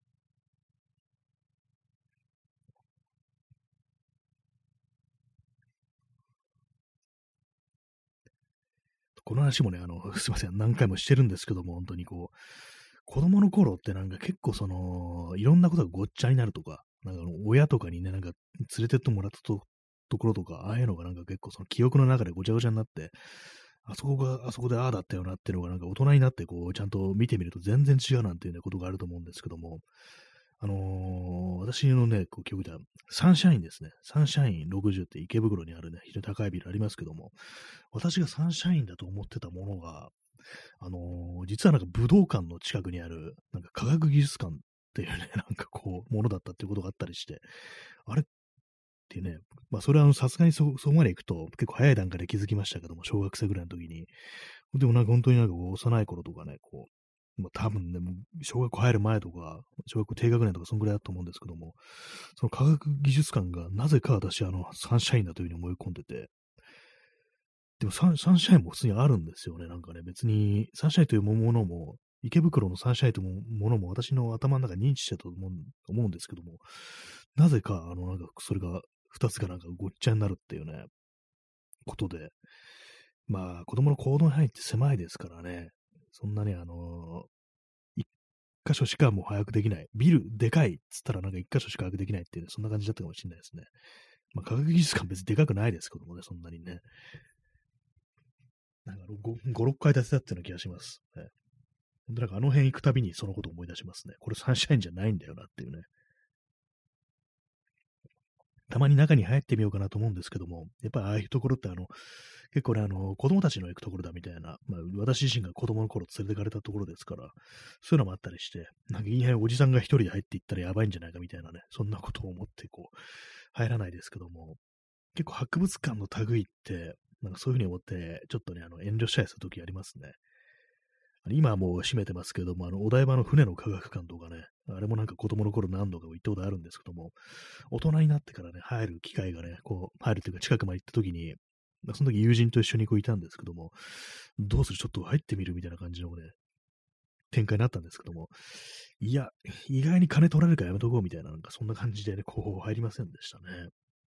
この話もね、あの、すいません、何回もしてるんですけども、本当にこう、子供の頃ってなんか結構その、いろんなことがごっちゃになるとか、なんかあの親とかにね、なんか連れてってもらったとところとか、ああいうのがなんか結構その記憶の中でごちゃごちゃになって、あそこが、あそこでああだったよなっていうのがなんか大人になってこう、ちゃんと見てみると全然違うなんていうね、ことがあると思うんですけども、あのー私のね、こう記憶では、サンシャインですね。サンシャインろくじゅうって池袋にあるね、非常に高いビルありますけども、私がサンシャインだと思ってたものが、あのー実はなんか武道館の近くにある、なんか科学技術館っていうね、なんかこう、ものだったっていうことがあったりして、あれっていうね、まあそれはあのさすがにそ、そこまで行くと結構早い段階で気づきましたけども、小学生ぐらいの時に。でもなんか本当になんかこう幼い頃とかね、こう、 まあ、多分ね、もう小学校入る前とか、小学校低学年とかそんぐらいだと思うんですけども、その科学技術館がなぜか私、あの、サンシャインだというふうに思い込んでて、でもサンサンシャインも普通にあるんですよね。なんかね、別に、サンシャインというものも、池袋のサンシャインというものも私の頭の中に認知してたと思うん思うんですけども、なぜか、あの、なんか、それが、二つがなんかごっちゃになるっていうね、ことで、まあ、子供の行動範囲って狭いですからね、そんなにあの、一箇所しかもう早くできない。ビルでかいっつったらなんか一箇所しか早くできないっていう、ね、そんな感じだったかもしれないですね。まあ、科学技術館別にでかくないですけどもね、そんなにね。なんかご、ろっかい建てたっていうような気がします。ね、本当なんかあの辺行くたびにそのことを思い出しますね。これサンシャインじゃないんだよなっていうね。たまに中に入ってみようかなと思うんですけども、やっぱりああいうところってあの、結構ね、あの、子供たちの行くところだみたいな、まあ、私自身が子供の頃連れてかれたところですから、そういうのもあったりして、なんかいいやおじさんが一人で入っていったらやばいんじゃないかみたいなね、そんなことを思ってこう、入らないですけども、結構博物館の類って、なんかそういうふうに思って、ちょっとね、あの、遠慮したりするときありますね。今はもう閉めてますけども、あの、お台場の船の科学館とかね、あれもなんか子供の頃何度か行ったことあるんですけども、大人になってからね、入る機会がね、こう、入るというか近くまで行った時に、まあその時友人と一緒にこういたんですけども、どうするちょっと入ってみるみたいな感じのね、展開になったんですけども、いや、意外に金取られるからやめとこうみたいな、なんかそんな感じでね、こう入りませんでしたね。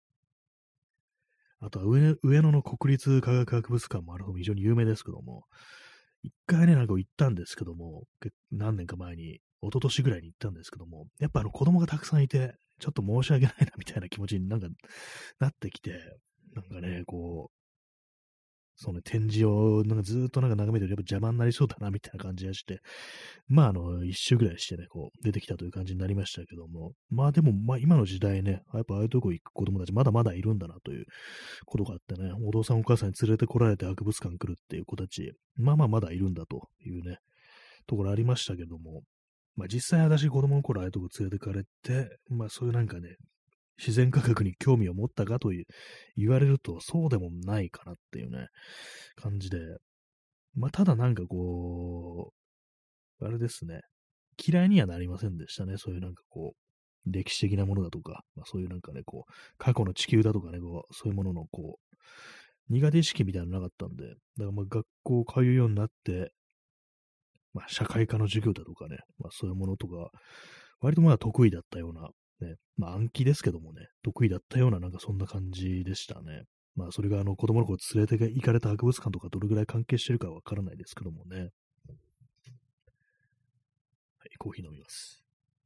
あとは上上野の国立科学博物館もあるのも非常に有名ですけども、一回ね、なんか行ったんですけども、け何年か前に、一昨年ぐらいに行ったんですけども、やっぱあの子供がたくさんいて、ちょっと申し訳ないなみたいな気持ちになんかなってきて、なんかね、こう、その展示をなんかずーっとなんか眺めてるとやっぱ邪魔になりそうだなみたいな感じがして、まああの、一周ぐらいしてね、こう出てきたという感じになりましたけども、まあでも、まあ今の時代ね、やっぱああいうとこ行く子供たちまだまだいるんだなということがあってね、お父さんお母さんに連れてこられて博物館来るっていう子たち、まあまあまだいるんだというね、ところありましたけども、まあ実際私子供の頃ああいうとこ連れてかれて、まあそういうなんかね、自然科学に興味を持ったかという言われるとそうでもないかなっていうね、感じで、まあただなんかこう、あれですね、嫌いにはなりませんでしたね。そういうなんかこう、歴史的なものだとか、まあ、そういうなんかね、こう、過去の地球だとかね、こう、そういうもののこう、苦手意識みたいなのなかったんで、だからまあ学校通うようになって、まあ社会科の授業だとかね、まあそういうものとか、割とまあ得意だったような、ね、まあ暗記ですけどもね、得意だったようななんかそんな感じでしたね。まあそれがあの子供の頃連れて行かれた博物館とかどれぐらい関係してるかわからないですけどもね。はい、コーヒー飲みます。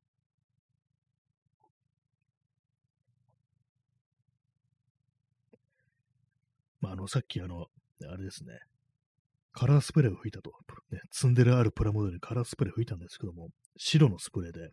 まああのさっきあの、あれですね、カラースプレーを吹いたと。ね、積んでるあるプラモデルにカラースプレー吹いたんですけども、白のスプレーで、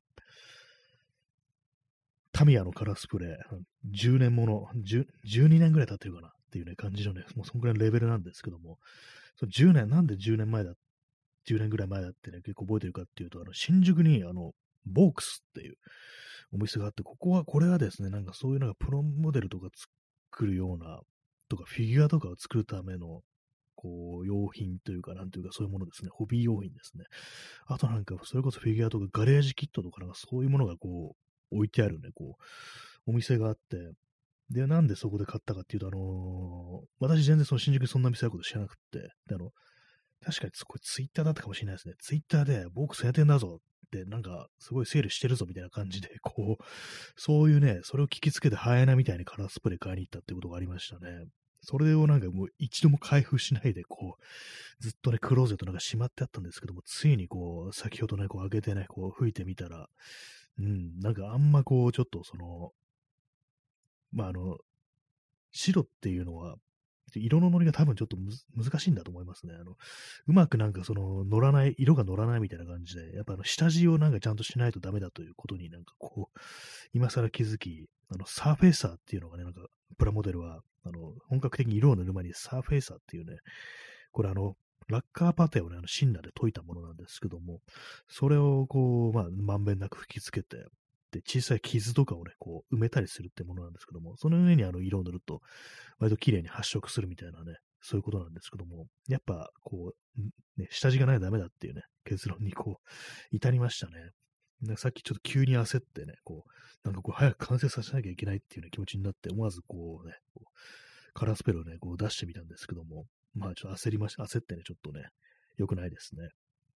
タミヤのカラースプレー、じゅうねんもの、じゅう、じゅうにねんぐらい経ってるかなっていうね、感じのね、もうそんぐらいのレベルなんですけども、そのじゅうねん、なんでじゅうねんまえだ、じゅうねんぐらい前だってね、結構覚えてるかっていうと、あの、新宿に、あの、ボークスっていうお店があって、ここは、これはですね、なんかそういうなんかプロモデルとか作るような、とかフィギュアとかを作るための、こう、用品というか、なんというか、そういうものですね。ホビー用品ですね。あとなんか、それこそフィギュアとかガレージキットとかなんかそういうものがこう、置いてあるね、こう、お店があって、で、なんでそこで買ったかっていうと、あのー私全然その新宿にそんな店あること知らなくって、で、あの、確かにこれツイッターだったかもしれないですね。ツイッターで、僕晴天だぞって、なんか、すごいセールしてるぞみたいな感じで、こう、そういうね、それを聞きつけてハエナみたいにカラースプレー買いに行ったってことがありましたね。それをなんかもう一度も開封しないで、こう、ずっとね、クローゼットなんか閉まってあったんですけども、ついにこう、先ほどね、こう開けてね、こう吹いてみたら、うん、なんかあんまこう、ちょっとその、まあ、あの、白っていうのは、色の乗りが多分ちょっとむず難しいんだと思いますね。あの、うまくなんかその乗らない、色が乗らないみたいな感じで、やっぱあの下地をなんかちゃんとしないとダメだということになんかこう、今更気づき、あの、サーフェイサーっていうのがね、なんか、プラモデルは、あの、本格的に色を塗る前にサーフェイサーっていうね、これあの、ラッカーパテをね、あのシンナーで溶いたものなんですけども、それをこう、まあ、まんべんなく吹きつけて、で、小さい傷とかをね、こう、埋めたりするってものなんですけども、その上にあの色を塗ると、割と綺麗に発色するみたいなね、 そういうことなんですけども、やっぱ、こう、んね、下地がないとダメだっていうね、結論にこう、至りましたね。ねさっきちょっと急に焦ってね、こう、なんかこう、早く完成させなきゃいけないっていうね、気持ちになって、思わずこうね、こうカラースペルをね、こう出してみたんですけども、まあちょっと焦りました、焦ってね、ちょっとね、良くないですね。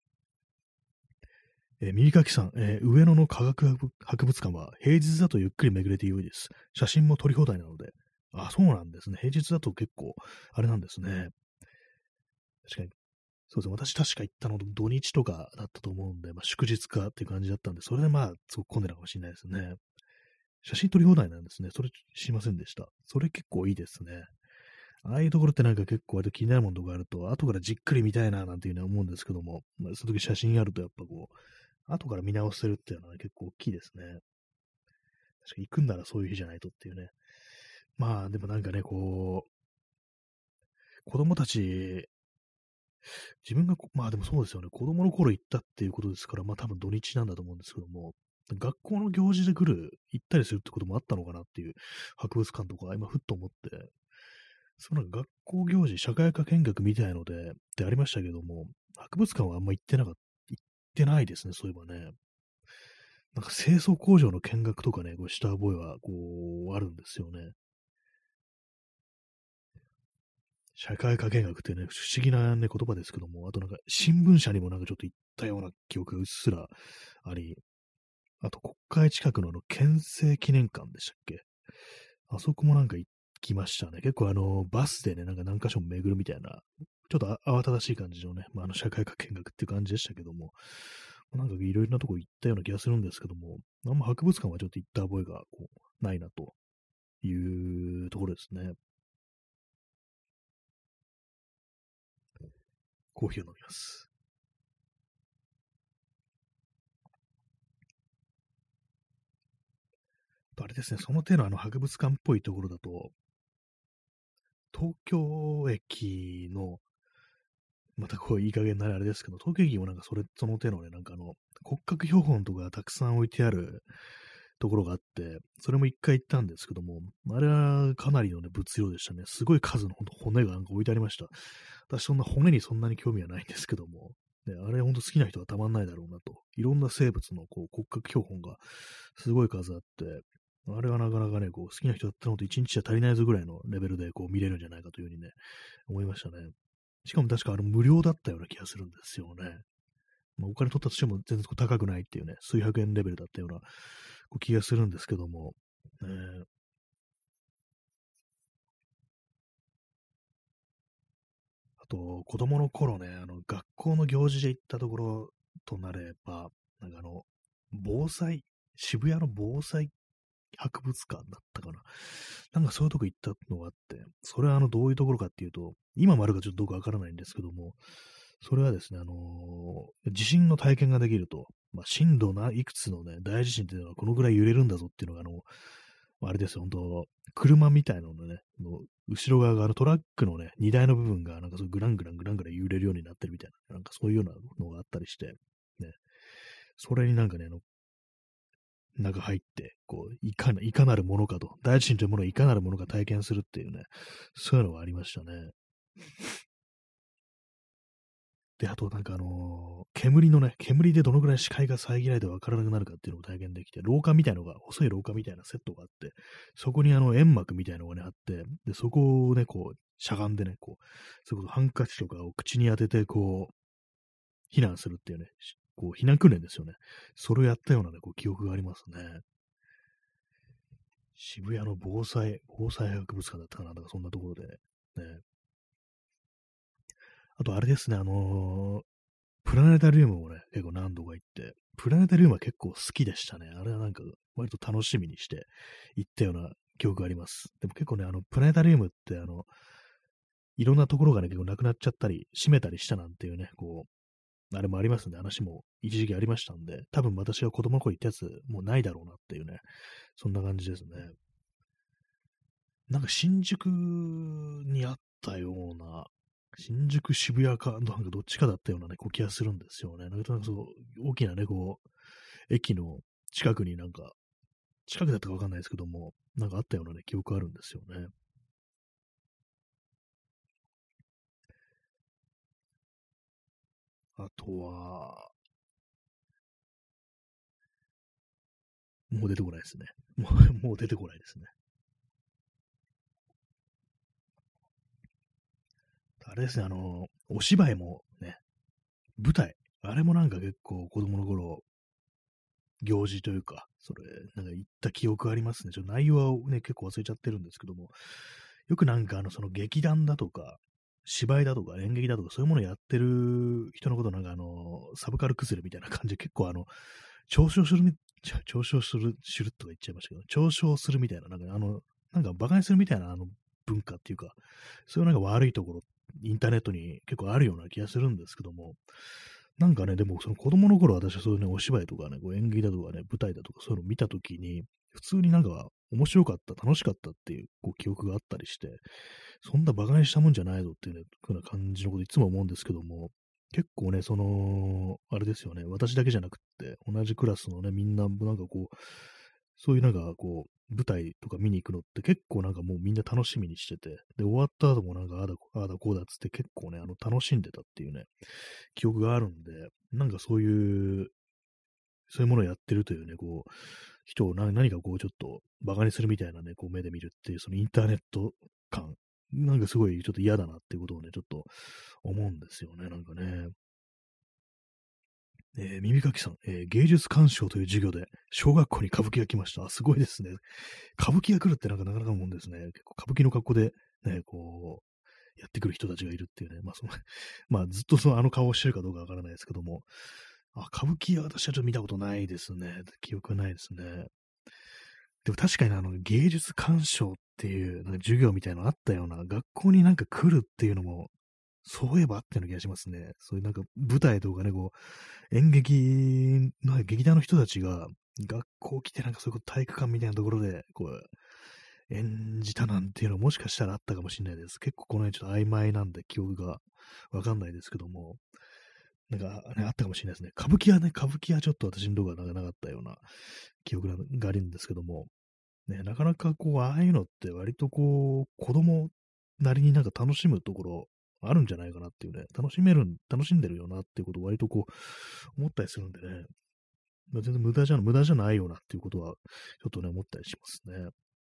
えー、右かきさん、えー上野の科学博物館は平日だとゆっくり巡れて良いです。写真も撮り放題なので。あ、そうなんですね。平日だと結構、あれなんですね。確かに。そうですね。私確か行ったの土日とかだったと思うんで、まあ、祝日かっていう感じだったんで、それでまあ、すごく混んでたかもしれないですね。写真撮り放題なんですね。それ知りませんでした。それ結構いいですね。ああいうところってなんか結構割と気になるものとかあると、後からじっくり見たいななんていうのは思うんですけども、まあ、その時写真あるとやっぱこう、後から見直せるっていうのは結構大きいですね。確かに行くんならそういう日じゃないとっていうね。まあでもなんかね、こう、子供たち、自分がこ、まあでもそうですよね、子供の頃行ったっていうことですから、まあ多分土日なんだと思うんですけども、学校の行事で来る、行ったりするってこともあったのかなっていう博物館とか、今ふっと思って、その学校行事、社会科見学みたいので、ってありましたけども、博物館はあんま行ってなかった、行ってないですね、そういえばね。なんか清掃工場の見学とかね、こうした覚えは、こう、あるんですよね。社会科見学ってね、不思議なね、言葉ですけども、あとなんか新聞社にもなんかちょっと行ったような記憶がうっすらあり、あと国会近くのあの憲政記念館でしたっけ？あそこもなんか行きましたね。結構あの、バスでね、なんか何箇所も巡るみたいな、ちょっとあ慌ただしい感じのね、まあ、あの社会科見学っていう感じでしたけども、なんかいろいろなとこ行ったような気がするんですけども、あんま博物館はちょっと行った覚えがこうないなというところですね。コーヒーを飲みます。あれですね、その手のあの博物館っぽいところだと、東京駅の、またこういい加減なあれですけど、東京駅もなんかそれ、その手のね、なんかあの、骨格標本とかたくさん置いてあるところがあって、それも一回行ったんですけども、あれはかなりのね、物量でしたね。すごい数のほんと骨がなんか置いてありました。私そんな骨にそんなに興味はないんですけども、ね、あれほんと好きな人はたまんないだろうなと。いろんな生物のこう骨格標本がすごい数あって、あれはなかなかね、こう好きな人だったのと一日じゃ足りないぞぐらいのレベルでこう見れるんじゃないかというふうにね、思いましたね。しかも確かあれ無料だったような気がするんですよね。まあ、お金取ったとしても全然高くないっていうね、数百円レベルだったようなこう気がするんですけども、ね、あと、子供の頃ね、あの、学校の行事で行ったところとなれば、なんかあの、防災、渋谷の防災博物館だったかな。なんかそういうとこ行ったのがあって、それはあの、どういうところかっていうと、今もあるかちょっとどうかわからないんですけども、それはですね、あのー地震の体験ができると、まあ、震度ないくつのね、大地震っていうのはこのぐらい揺れるんだぞっていうのが、あの、あれですよ、本当車みたいなのね、の後ろ側があのトラックのね、荷台の部分がなんかそうグラングラングラングラン揺れるようになってるみたいな、なんかそういうようなのがあったりして、ね、それになんかね、あの、中入って、こう、いかな、いかなるものかと、大地震というものをいかなるものか体験するっていうね、そういうのがありましたね。で、あとなんかあのー煙のね、煙でどのぐらい視界が遮られてわからなくなるかっていうのを体験できて、廊下みたいのが、細い廊下みたいなセットがあって、そこにあの煙幕みたいのがね、あって、で、そこをね、こう、しゃがんでね、こう、それこそハンカチとかを口に当てて、こう、避難するっていうね、しこう、避難訓練ですよね。それをやったようなね、こう、記憶がありますね。渋谷の防災、防災博物館だったかな、なんかそんなところで、ね。あとあれですね、あのープラネタリウムもね、結構何度か行って、プラネタリウムは結構好きでしたね。あれはなんか、割と楽しみにして行ったような記憶があります。でも結構ね、あの、プラネタリウムって、あの、いろんなところがね、結構なくなっちゃったり、閉めたりしたなんていうね、こう、あれもありますんで、話も一時期ありましたんで、多分私が子供の頃行ったやつ、もうないだろうなっていうね、そんな感じですね。なんか新宿にあったような、新宿渋谷か、なんかどっちかだったようなね、こう気がするんですよね。なんかそう、大きなね、こう、駅の近くになんか、近くだったかわかんないですけども、なんかあったようなね、記憶あるんですよね。 あとは、もう出てこないですね。もう、もう出てこないですね。あれですね、あの、お芝居もね、舞台、あれもなんか結構子供の頃、行事というか、それ、なんか行った記憶ありますね。ちょっと内容はね、結構忘れちゃってるんですけども、よくなんかあの、その劇団だとか、芝居だとか演劇だとか、そういうものをやってる人のことなんかあの、サブカル崩れみたいな感じで結構あの、嘲笑するみ、ちょ嘲笑する、するとか言っちゃいましたけど、嘲笑するみたいな、なんかあの、なんか馬鹿にするみたいなあの文化っていうか、そういうなんか悪いところ、インターネットに結構あるような気がするんですけども、なんかね、でもその子供の頃私はそういうね、お芝居とかね、こう演劇だとかね、舞台だとかそういうのを見たときに、普通になんか面白かった、楽しかったっていうこう記憶があったりして、そんな馬鹿にしたもんじゃないぞっていうね、ふうな感じのこといつも思うんですけども、結構ね、その、あれですよね、私だけじゃなくって、同じクラスのね、みんな、なんかこう、そういうなんかこう、舞台とか見に行くのって結構なんかもうみんな楽しみにしてて、で、終わった後もなんかああだこああだこうだっつって結構ね、あの、楽しんでたっていうね、記憶があるんで、なんかそういう、そういうものをやってるというね、こう、人をな何かこうちょっと馬鹿にするみたいなね、こう目で見るっていう、そのインターネット感、なんかすごいちょっと嫌だなっていうことをね、ちょっと思うんですよね、なんかね。えー耳かきさん、えー芸術鑑賞という授業で小学校に歌舞伎が来ました。あ、すごいですね。歌舞伎が来るってなんかなかなかのもんですね。結構歌舞伎の格好でね、こう、やってくる人たちがいるっていうね。まあ、そのまあ、ずっとそのあの顔をしてるかどうかわからないですけども、あ、歌舞伎は私はちょっと見たことないですね。記憶ないですね。でも確かにあの芸術鑑賞っていうなんか授業みたいなのあったような、学校になんか来るっていうのも、そういえばあったような気がしますね。そういうなんか舞台とかね、こう、演劇の劇団の人たちが学校来てなんかそういうこと体育館みたいなところで、こう、演じたなんていうのもしかしたらあったかもしれないです。結構この辺ちょっと曖昧なんで記憶がわかんないですけども、なんか、ね、あったかもしれないですね。歌舞伎はね、歌舞伎はちょっと私のところがなかったような記憶があるんですけども、ね、なかなかこう、ああいうのって割とこう、子供なりになんか楽しむところあるんじゃないかなっていうね、楽しめるん、楽しんでるよなっていうことを割とこう、思ったりするんでね、まあ、全然無駄じゃ、無駄じゃないよなっていうことは、ちょっとね、思ったりしますね。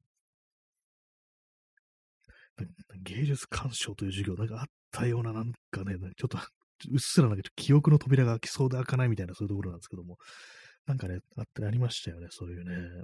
芸術鑑賞という授業なんかあったような、なんかね、ちょっと、うっすらなんか記憶の扉が開きそうで開かないみたいなそういうところなんですけども、なんかね、あってありましたよね、そういうね。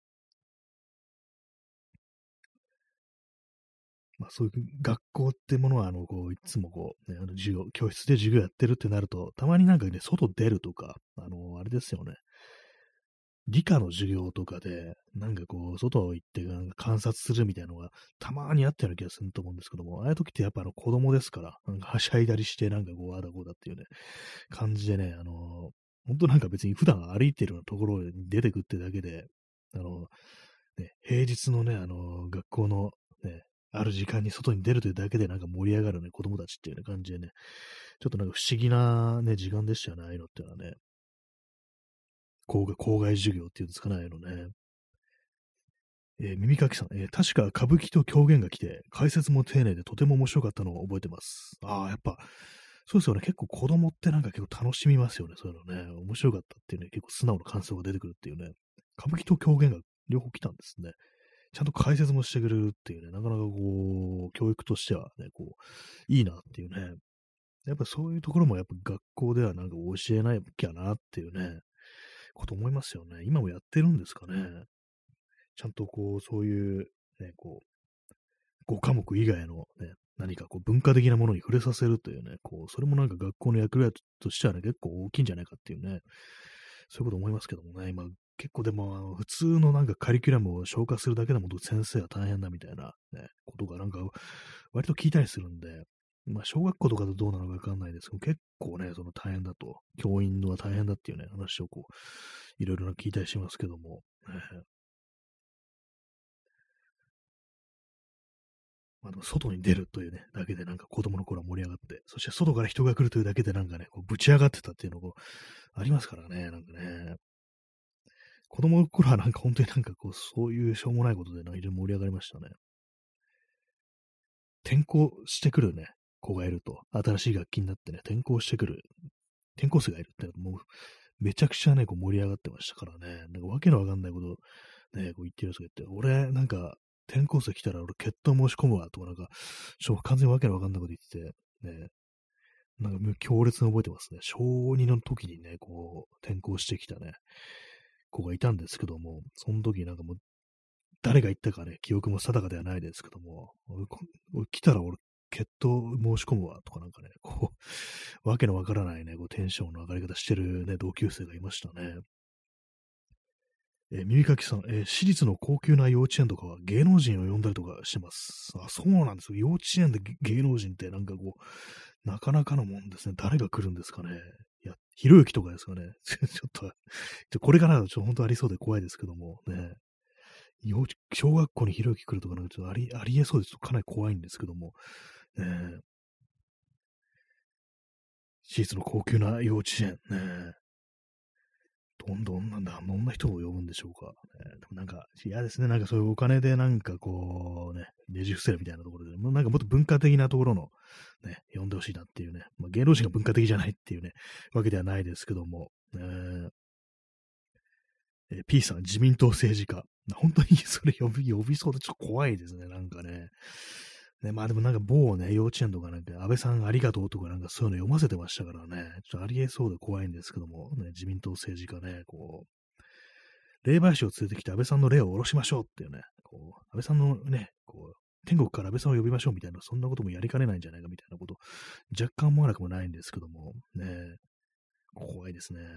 まあ、そういう学校ってものは、あの、こう、いつもこう、ね、あの、授業、教室で授業やってるってなると、たまになんかね、外出るとか、あの、あれですよね、理科の授業とかで、なんかこう、外を行ってなんか観察するみたいなのが、たまにあったような気がすると思うんですけども、ああいう時ってやっぱあの、子供ですから、なんかはしゃいだりして、なんかこう、ああだこうだっていうね、感じでね、あの、本当なんか別に普段歩いてるようなところに出てくってだけで、あの、ね、平日のね、あの、学校のね、ある時間に外に出るというだけでなんか盛り上がるね、子供たちっていうね、感じでね、ちょっとなんか不思議なね、時間でしたよね、ああいうのっていうのはね、校外、校外授業っていうんですかね、ああいうのね。えー耳かきさん、えー確か歌舞伎と狂言が来て、解説も丁寧でとても面白かったのを覚えてます。ああ、やっぱ、そうですよね。結構子供ってなんか結構楽しみますよね。そういうのね。面白かったっていうね、結構素直な感想が出てくるっていうね。歌舞伎と狂言が両方来たんですね。ちゃんと解説もしてくれるっていうね、なかなかこう、教育としてはね、こう、いいなっていうね。やっぱそういうところもやっぱ学校ではなんか教えなきゃなっていうね、こと思いますよね。今もやってるんですかね。ちゃんとこう、そういう、ね、こう、ご科目以外のね、何かこう文化的なものに触れさせるというね、こう、それもなんか学校の役割としてはね、結構大きいんじゃないかっていうね、そういうこと思いますけどもね、今、結構でも、あの普通のなんかカリキュラムを消化するだけでも先生は大変だみたいなね、ことがなんか割と聞いたりするんで、まあ、小学校とかだとどうなのかわかんないですけど、結構ね、その大変だと、教員のは大変だっていうね、話をこう、いろいろな聞いたりしますけども、ねまあ、でも外に出るというね、だけでなんか子供の頃は盛り上がって、そして外から人が来るというだけでなんかね、こうぶち上がってたっていうのがありますからね、なんかね。子供の頃はなんか本当になんかこう、そういうしょうもないことでなんか非常に盛り上がりましたね。転校してくるね、子がいると、新しい楽器になってね、転校してくる。 転校生がいるって、もう、めちゃくちゃね、こう盛り上がってましたからね、なんかわけのわかんないこと、ね、こう言ってる人がいて、俺、なんか、転校生来たら俺、決闘申し込むわ、とかなんか、ちょ、完全にわけのわかんないこと言ってて、ね、なんかもう強烈に覚えてますね。小にの時にね、こう、転校してきたね、子がいたんですけども、その時なんかもう、誰が言ったかね、記憶も定かではないですけども、俺こ俺来たら俺、決闘申し込むわ、とかなんかね、こう、わけのわからないね、こうテンションの上がり方してるね、同級生がいましたね。えー耳かきさん、えー私立の高級な幼稚園とかは芸能人を呼んだりとかしてます。あ、そうなんですよ。幼稚園で芸芸能人ってなんかこう、なかなかのもんですね。誰が来るんですかね。いや、ひろゆきとかですかね。ちょっと、ちょこれからちょっと本当ありそうで怖いですけども、ね。幼稚小学校にひろゆき来るとかなんかちょっとあり、ありえそうです。かなり怖いんですけども、ね、私立の高級な幼稚園、ね。どんどんなんだ、どんな人を呼ぶんでしょうか。えーでもなんか嫌ですね。なんかそういうお金でなんかこうね、ねじ伏せるみたいなところで、もうなんかもっと文化的なところのね、呼んでほしいなっていうね。まあ、芸能人が文化的じゃないっていうね、わけではないですけども、えーえー P さん、自民党政治家。本当にそれ呼び、呼びそうでちょっと怖いですね、なんかね。ね、まあでもなんか某ね、幼稚園とかなんか、安倍さんありがとうとかなんかそういうの読ませてましたからね、ちょっとありえそうで怖いんですけども、ね、自民党政治家ね、こう、霊媒師を連れてきて安倍さんの霊を下ろしましょうっていうね、こう、安倍さんのね、こう、天国から安倍さんを呼びましょうみたいな、そんなこともやりかねないんじゃないかみたいなこと、若干思わなくもないんですけども、ね、怖いですね。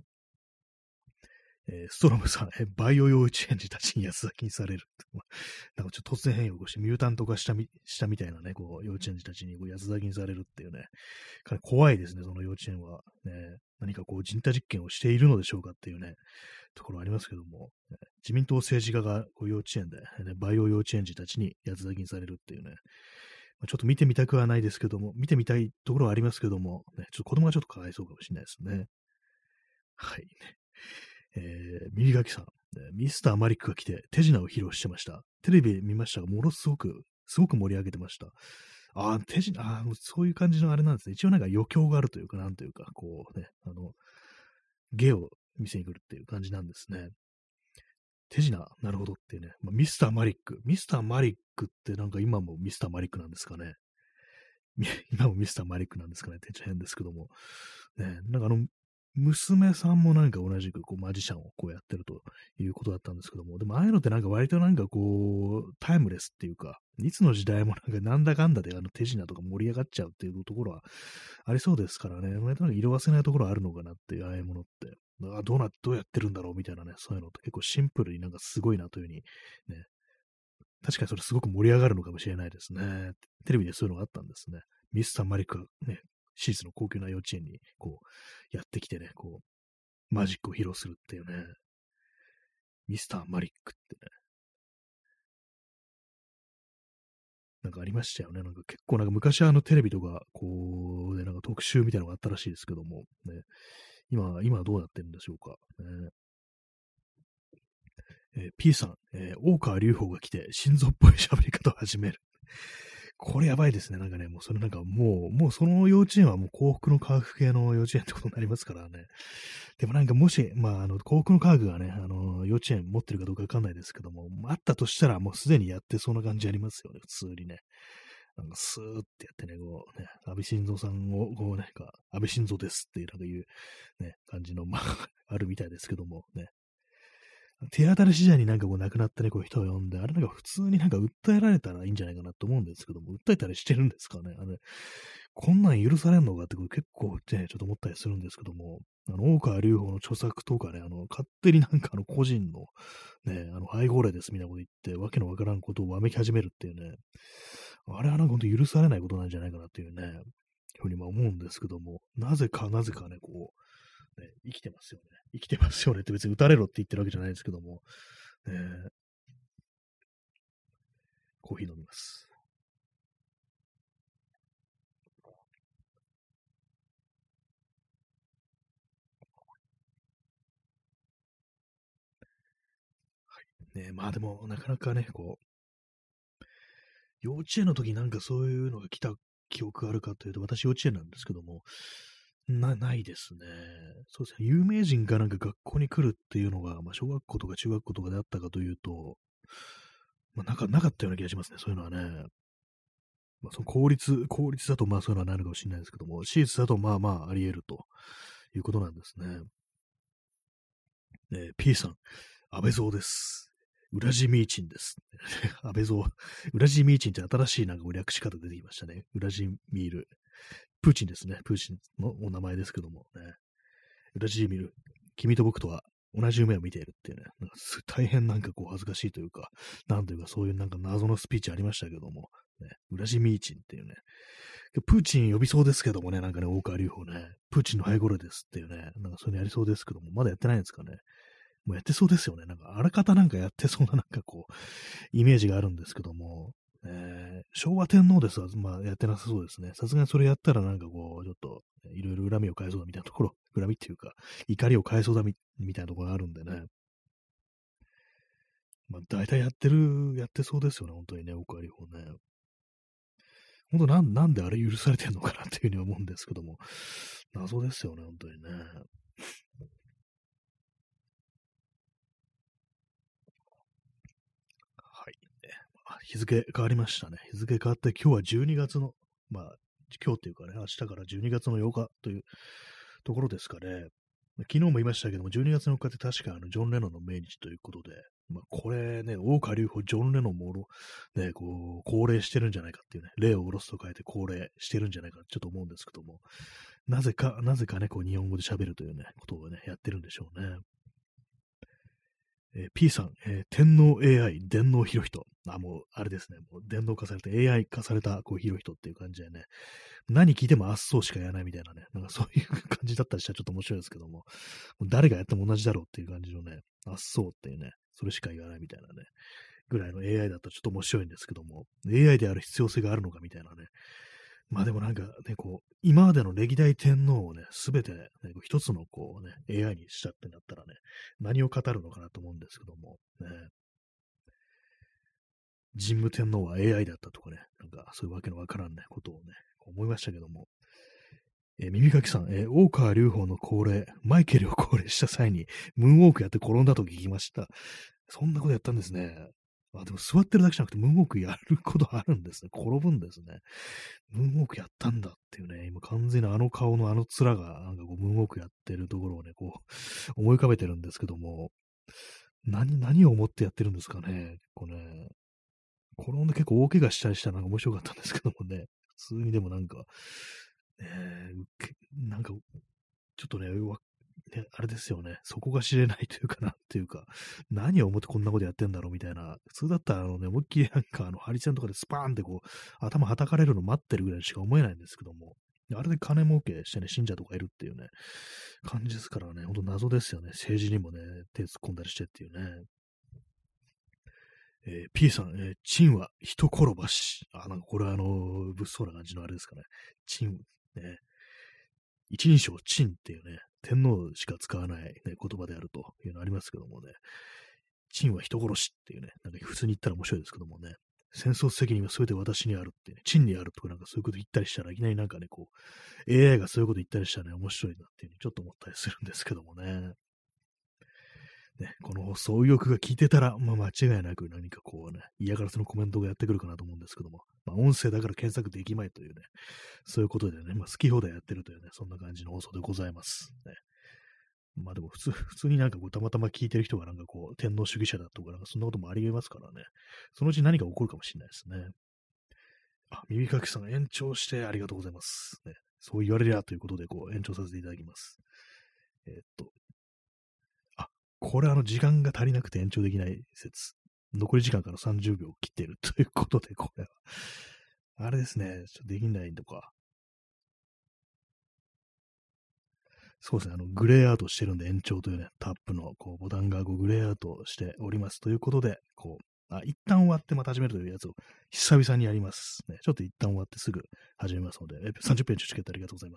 えーストロムさん、えバイオ幼稚園児たちに安咲きにされる。なんかちょっと突然変異を起こして、ミュータント化したみしたみたいなね、こう、幼稚園児たちにこう安咲きにされるっていうね、かなり怖いですね、その幼稚園は。ね、何かこう、人体実験をしているのでしょうかっていうね、ところありますけども、ね自民党政治家がこう幼稚園で、ね、バイオ幼稚園児たちに安咲きにされるっていうね、まあ、ちょっと見てみたくはないですけども、見てみたいところはありますけども、ね、ちょっと子供がちょっとかわいそうかもしれないですね。はい。えー、耳かきさん、えーミスターマリックが来て手品を披露してました。テレビ見ましたが、ものすごく、すごく盛り上げてました。ああ、手品、ああ、そういう感じのあれなんですね。一応なんか余興があるというか、なんというか、こうね、あの、芸を見せに来るっていう感じなんですね。手品、なるほどっていうね。まあ、ミスターマリック。ミスターマリックってなんか今もミスターマリックなんですかね。み今もミスターマリックなんですかねって言っちゃ変ですけども。ね、なんかあの、娘さんもなんか同じくこうマジシャンをこうやってるということだったんですけども、でもああいうのってなんか割となんかこう、タイムレスっていうか、いつの時代もなんかなんだかんだであの手品とか盛り上がっちゃうっていうところはありそうですからね、割となんか色褪せないところあるのかなっていう、ああいうものって。あどうな、どうやってるんだろうみたいなね、そういうのって結構シンプルになんかすごいなというふうにね、確かにそれすごく盛り上がるのかもしれないですね。テレビでそういうのがあったんですね。ミスターマリックがね、私立の高級な幼稚園にこう、やってきてね、こう、マジックを披露するっていうね、ミスターマリックってね、なんかありましたよね。なんか結構なんか昔あのテレビとか、こう、でなんか特集みたいなのがあったらしいですけども、ね、今、今はどうなってるんでしょうか。ねえー P さん、えー大川隆法が来て心臓っぽい喋り方を始める。これやばいですね。なんかね、もうそれなんかもう、もうその幼稚園はもう幸福の科学系の幼稚園ってことになりますからね。でもなんかもし、まあ、あの、幸福の科学がね、あの、幼稚園持ってるかどうかわかんないですけども、あったとしたらもうすでにやってそうな感じありますよね、普通にね。なんかスーってやってね、こうね、安倍晋三さんを、こうね、か、安倍晋三ですっていう、なんかいうね、感じの、まあ、あるみたいですけども、ね。手当たり次第になんかこう亡くなったね、こう人を呼んで、あれなんか普通になんか訴えられたらいいんじゃないかなと思うんですけども、訴えたりしてるんですかね。あれ、こんなん許されんのかってこれ結構ね、ちょっと思ったりするんですけども、あの、大川隆法の著作とかね、あの、勝手になんかあの個人のね、あの、背後霊ですみたいなこと言って、わけのわからんことをわめき始めるっていうね、あれはなんか本当許されないことなんじゃないかなっていうね、ふうにまあ思うんですけども、なぜかなぜかね、こう、ね、生きてますよね。生きてますよねって別に撃たれろって言ってるわけじゃないですけども、えー、コーヒー飲みます。ね、まあでも、なかなかね、こう、幼稚園の時なんかそういうのが来た記憶があるかというと、私幼稚園なんですけども、 な、ないですね。そうですね。有名人がなんか学校に来るっていうのが、まあ、小学校とか中学校とかであったかというと、まあ、なんかなかったような気がしますね。そういうのはね。まあ、その公立、公立だとまあそういうのはなるかもしれないですけども、私立だとまあまああり得るということなんですね。えー P さん、安倍蔵です。ウラジミーチンです。安倍蔵、ウラジミーチンって新しいなんか略し方出てきましたね。ウラジミール。プーチンですね。プーチンのお名前ですけどもね。ウラジミール、君と僕とは同じ夢を見ているっていうね、なんか大変なんかこう恥ずかしいというか、なんというかそういうなんか謎のスピーチありましたけども、ね、ウラジミーチンっていうね、プーチン呼びそうですけどもね、なんかね、大川隆法ね、プーチンの背後ですっていうね、なんかそういうのやりそうですけども、まだやってないんですかね。もうやってそうですよね。なんか、あらかたなんかやってそうな、なんかこう、イメージがあるんですけども、えー昭和天皇ですは、まあ、やってなさそうですね。さすがにそれやったら、なんかこう、ちょっと、いろいろ恨みを買えそうだみたいなところ、恨みっていうか、怒りを買えそうだみみたいなところがあるんでね。まあ、大体やってる、やってそうですよね、本当にね、おかわり法ね。本当なん、なんであれ許されてんのかなっていうふうに思うんですけども、謎ですよね、本当にね。はい。ねあ日付変わりましたね。日付変わって今日はじゅうにがつの、まあ、今日っていうかね、明日からじゅうにがつのようかというところですかね。昨日も言いましたけども、じゅうにがつのよっかって確かあのジョン・レノンの命日ということで、まあ、これね、大川隆法、ジョン・レノンもね、こう、高齢してるんじゃないかっていうね、例を下ろすと書いて高齢してるんじゃないかちょっと思うんですけども、なぜか、なぜかね、こう、日本語で喋るというね、ことをね、やってるんでしょうね。えー P さん、えー天皇 エーアイ、電脳広人。あ、もう、あれですね。もう電脳化されて エーアイ 化された、こう、広人っていう感じでね。何聞いてもあっそうしか言わないみたいなね。なんかそういう感じだったりしたらちょっと面白いですけども。もう誰がやっても同じだろうっていう感じのね。あっそうっていうね。それしか言わないみたいなね。ぐらいの エーアイ だったらちょっと面白いんですけども。エーアイ である必要性があるのかみたいなね。まあでもなんかね、こう、今までの歴代天皇をね、すべてね、こう一つのこうね、エーアイ にしちゃってなったらね、何を語るのかなと思うんですけども、ね、神武天皇は エーアイ だったとかね、なんかそういうわけのわからんね、ことをね、思いましたけども、えー耳かきさん、えー大川隆法の高齢、マイケルを高齢した際に、ムーンウォークやって転んだと聞きました。そんなことやったんですね。あ、でも座ってるだけじゃなくて、ムーンウォークやることあるんですね。転ぶんですね。ムーンウォークやったんだっていうね、今完全にあの顔のあの面が、なんかこう、ムーンウォークやってるところをね、こう、思い浮かべてるんですけども、何、何を思ってやってるんですかね。こうね、転んで結構大怪我したりしたらなんか面白かったんですけどもね、普通にでもなんか、ね、うけなんか、ちょっとね、わね、あれですよね、そこが知れないというかなんていうか、何を思ってこんなことやってんだろうみたいな、普通だったらあのね、思いっきりなんかあの、ハリセンとかでスパーンってこう、頭はたかれるの待ってるぐらいしか思えないんですけども、あれで金儲けしてね、信者とかいるっていうね、感じですからね、ほんと謎ですよね。政治にもね、手突っ込んだりしてっていうね。えー P さん、えー、チンは人転ばし。あ、なんかこれはあのー物騒な感じのあれですかね。チン、ね、一人称チンっていうね、天皇しか使わない、ね、言葉であるというのありますけどもね、チンは人殺しっていうね、なんか普通に言ったら面白いですけどもね、戦争責任は全て私にあるってね、チンにあるとかなんかそういうこと言ったりしたらいきなりなんかね、こう、エーアイ がそういうこと言ったりしたらね、面白いなっていうふうにちょっと思ったりするんですけどもね。ね、この放送右翼が聞いてたら、まあ、間違いなく何かこうね、嫌がらせのコメントがやってくるかなと思うんですけども、まあ、音声だから検索できまいというね、そういうことでね、まあ、好き放題やってるというね、そんな感じの放送でございます。ね、まあでも普通、普通になんかこう、たまたま聞いてる人がなんかこう、天皇主義者だとか、なんかそんなこともあり得ますからね、そのうち何か起こるかもしれないですね。あ、耳かきさん延長してありがとうございます。ね、そう言われりゃということで、こう、延長させていただきます。えーっと、あ、これあの時間が足りなくて延長できない説。残り時間からさんじゅうびょう切っているということで、これは。あれですね。ちょっとできないとか。そうですね。あの、グレーアウトしてるんで延長というね、タップのこうボタンがこうグレーアウトしております。ということで、こう、あ、一旦終わってまた始めるというやつを久々にやります。ね、ちょっと一旦終わってすぐ始めますので、えさんじゅっぷん中チケットありがとうございます。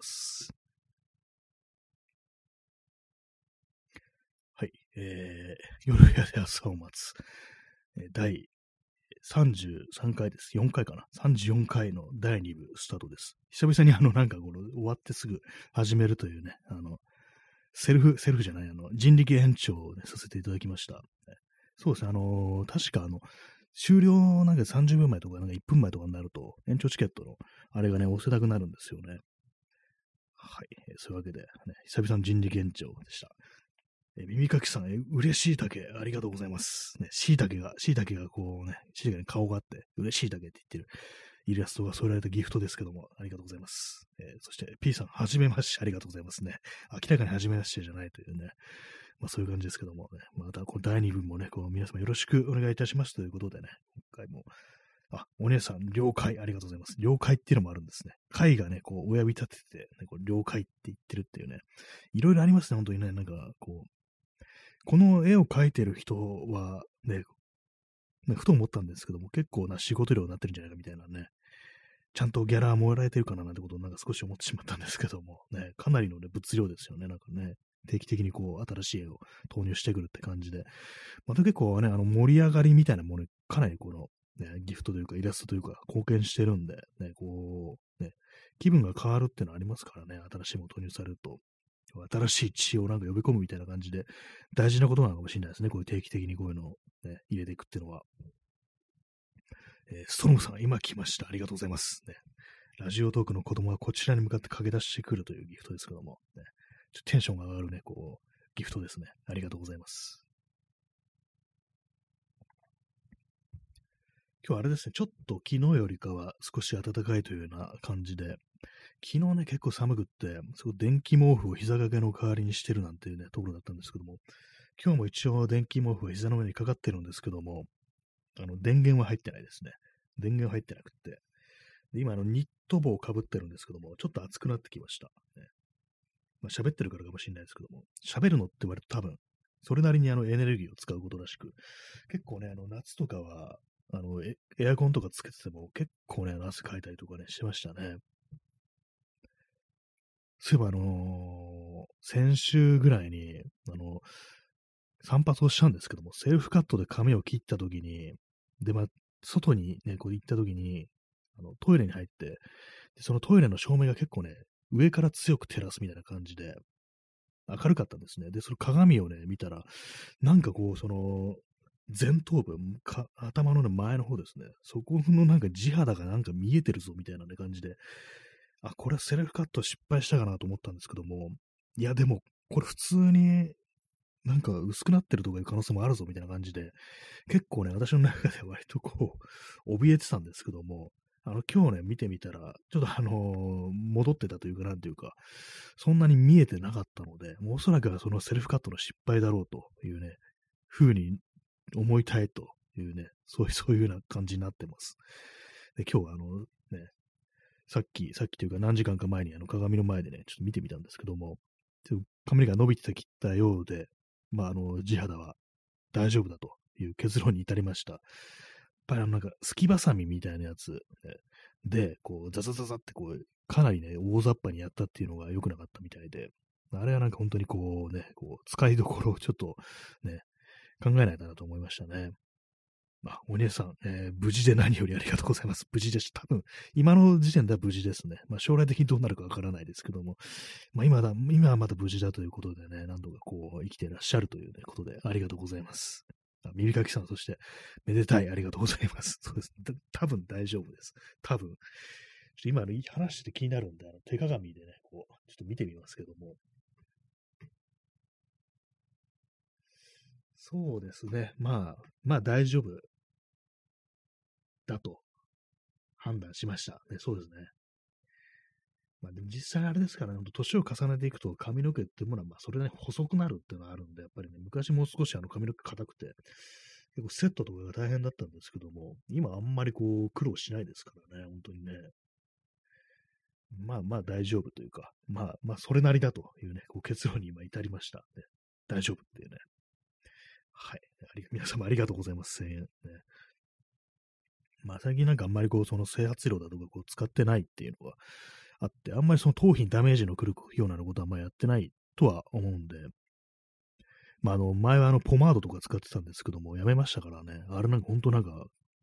はい。えー、夜やで朝を待つ。えー第さんじゅうさんかいです。よんかいかな。さんじゅうよんかいのだいに部スタートです。久々にあの、なんかこの、終わってすぐ始めるというね、あの、セルフ、セルフじゃない、あの、人力延長を、ね、させていただきました。そうですね、あのー確かあの、終了なんかさんじゅうびょうまえとか、なんかいっぷんまえとかになると、延長チケットの、あれがね、押せなくなるんですよね。はい。えーそういうわけで、ね、久々の人力延長でした。えー耳かきさん、えー嬉しい竹、ありがとうございます。ね、しいたけが、しいたけがこうね、しいたけに顔があって、嬉しい竹って言ってるイラストが添えられたギフトですけども、ありがとうございます。えーそして、P さん、はじめまして、ありがとうございますね。明らかにはじめましてじゃないというね、まあそういう感じですけどもね、またこのだいに部もね、こう皆様よろしくお願いいたしますということでね、今回も、あ、お姉さん、了解、ありがとうございます。了解っていうのもあるんですね。会がね、こう、親指立てて、ね、こう了解って言ってるっていうね、いろいろありますね、本当にね、なんか、こう、この絵を描いてる人は、ね、ねふと思ったんですけども、結構な仕事量になってるんじゃないかみたいなね、ちゃんとギャラもらえてるかななんてことをなんか少し思ってしまったんですけども、ね、かなりのね、物量ですよね、なんかね。定期的にこう、新しい絵を投入してくるって感じで。また結構ね、あの、盛り上がりみたいなものに、かなりこの、ね、ギフトというか、イラストというか、貢献してるんで、ね、こう、ね、気分が変わるっていうのはありますからね、新しいもの投入されると。新しい血をなんか呼び込むみたいな感じで、大事なことなのかもしれないですね。こういう定期的にこういうのを、ね、入れていくっていうのは。えーストロムさん、今来ました。ありがとうございます。ね、ラジオトークの子供はこちらに向かって駆け出してくるというギフトですけども、ね、ちょっとテンションが上がるね、こう、ギフトですね。ありがとうございます。今日はあれですね、ちょっと昨日よりかは少し暖かいというような感じで、昨日ね、結構寒くって、すごい電気毛布を膝掛けの代わりにしてるなんていうね、ところだったんですけども、今日も一応電気毛布は膝の上にかかってるんですけども、あの、電源は入ってないですね。電源は入ってなくって。で今、あの、ニット帽をかぶってるんですけども、ちょっと暑くなってきました。ね、まあ、喋ってるからかもしれないですけども、喋るのって言われると多分、それなりにあのエネルギーを使うことらしく、結構ね、あの夏とかは、あのエエアコンとかつけてても結構ね、汗かいたりとかね、してましたね。そういえばあのー先週ぐらいに、あの、散髪をしたんですけども、セルフカットで髪を切った時に、で、まあ、外にね、こう行った時に、あのトイレに入って、でそのトイレの照明が結構ね、上から強く照らすみたいな感じで、明るかったんですね。で、その鏡をね、見たら、なんかこう、その、前頭部、か頭の、ね、前の方ですね。そこのなんか地肌がなんか見えてるぞみたいな、ね、感じで、あ、これはセルフカット失敗したかなと思ったんですけども、いや、でも、これ普通になんか薄くなってるとかいう可能性もあるぞみたいな感じで、結構ね、私の中で割とこう、怯えてたんですけども、あの、今日ね、見てみたら、ちょっとあのー戻ってたというか、なんていうか、そんなに見えてなかったので、もうおそらくはそのセルフカットの失敗だろうというね、風に思いたいというね、そういう、そういうような感じになってます。で、今日はあの、ね、さっき、さっきというか何時間か前にあの鏡の前でね、ちょっと見てみたんですけども、ちょっと髪が伸びてきたようで、まあ、あの、地肌は大丈夫だという結論に至りました。やっぱりあの、なんか、すきばさみみたいなやつ、ね、で、こう、ザザザザってこう、かなりね、大雑把にやったっていうのが良くなかったみたいで、あれはなんか本当にこうね、こう、使いどころをちょっとね、考えないとなと思いましたね。あ、お姉さん、えー無事で何よりありがとうございます。無事でした。多分、今の時点では無事ですね。まあ、将来的にどうなるかわからないですけども、まあ、今だ、今はまだ無事だということでね、何度かこう、生きていらっしゃるという、ね、ことで、ありがとうございます。あ、耳かきさん、そして、めでたい、ありがとうございます。そうです。た多分大丈夫です。多分。ちょっと今の話して気になるんで、あの手鏡でね、こう、ちょっと見てみますけども。そうですね。まあ、まあ大丈夫だと判断しました。ね、そうですね。まあでも実際あれですからね、年を重ねていくと髪の毛っていうものは、まあそれなりに細くなるっていうのがあるんで、やっぱりね、昔もう少しあの髪の毛硬くて、結構セットとかが大変だったんですけども、今あんまりこう苦労しないですからね、本当にね。まあまあ大丈夫というか、まあまあそれなりだというね、こう結論に今至りました。ね、大丈夫っていうね。はい。あり皆様ありがとうございます。せんえん。ね、まあ最近なんかあんまりこう、その整髪料だとかこう使ってないっていうのがあって、あんまりその頭皮にダメージの来るようなことはあんまりやってないとは思うんで、まああの、前はあの、ポマードとか使ってたんですけども、やめましたからね。あれなんか本当なんか、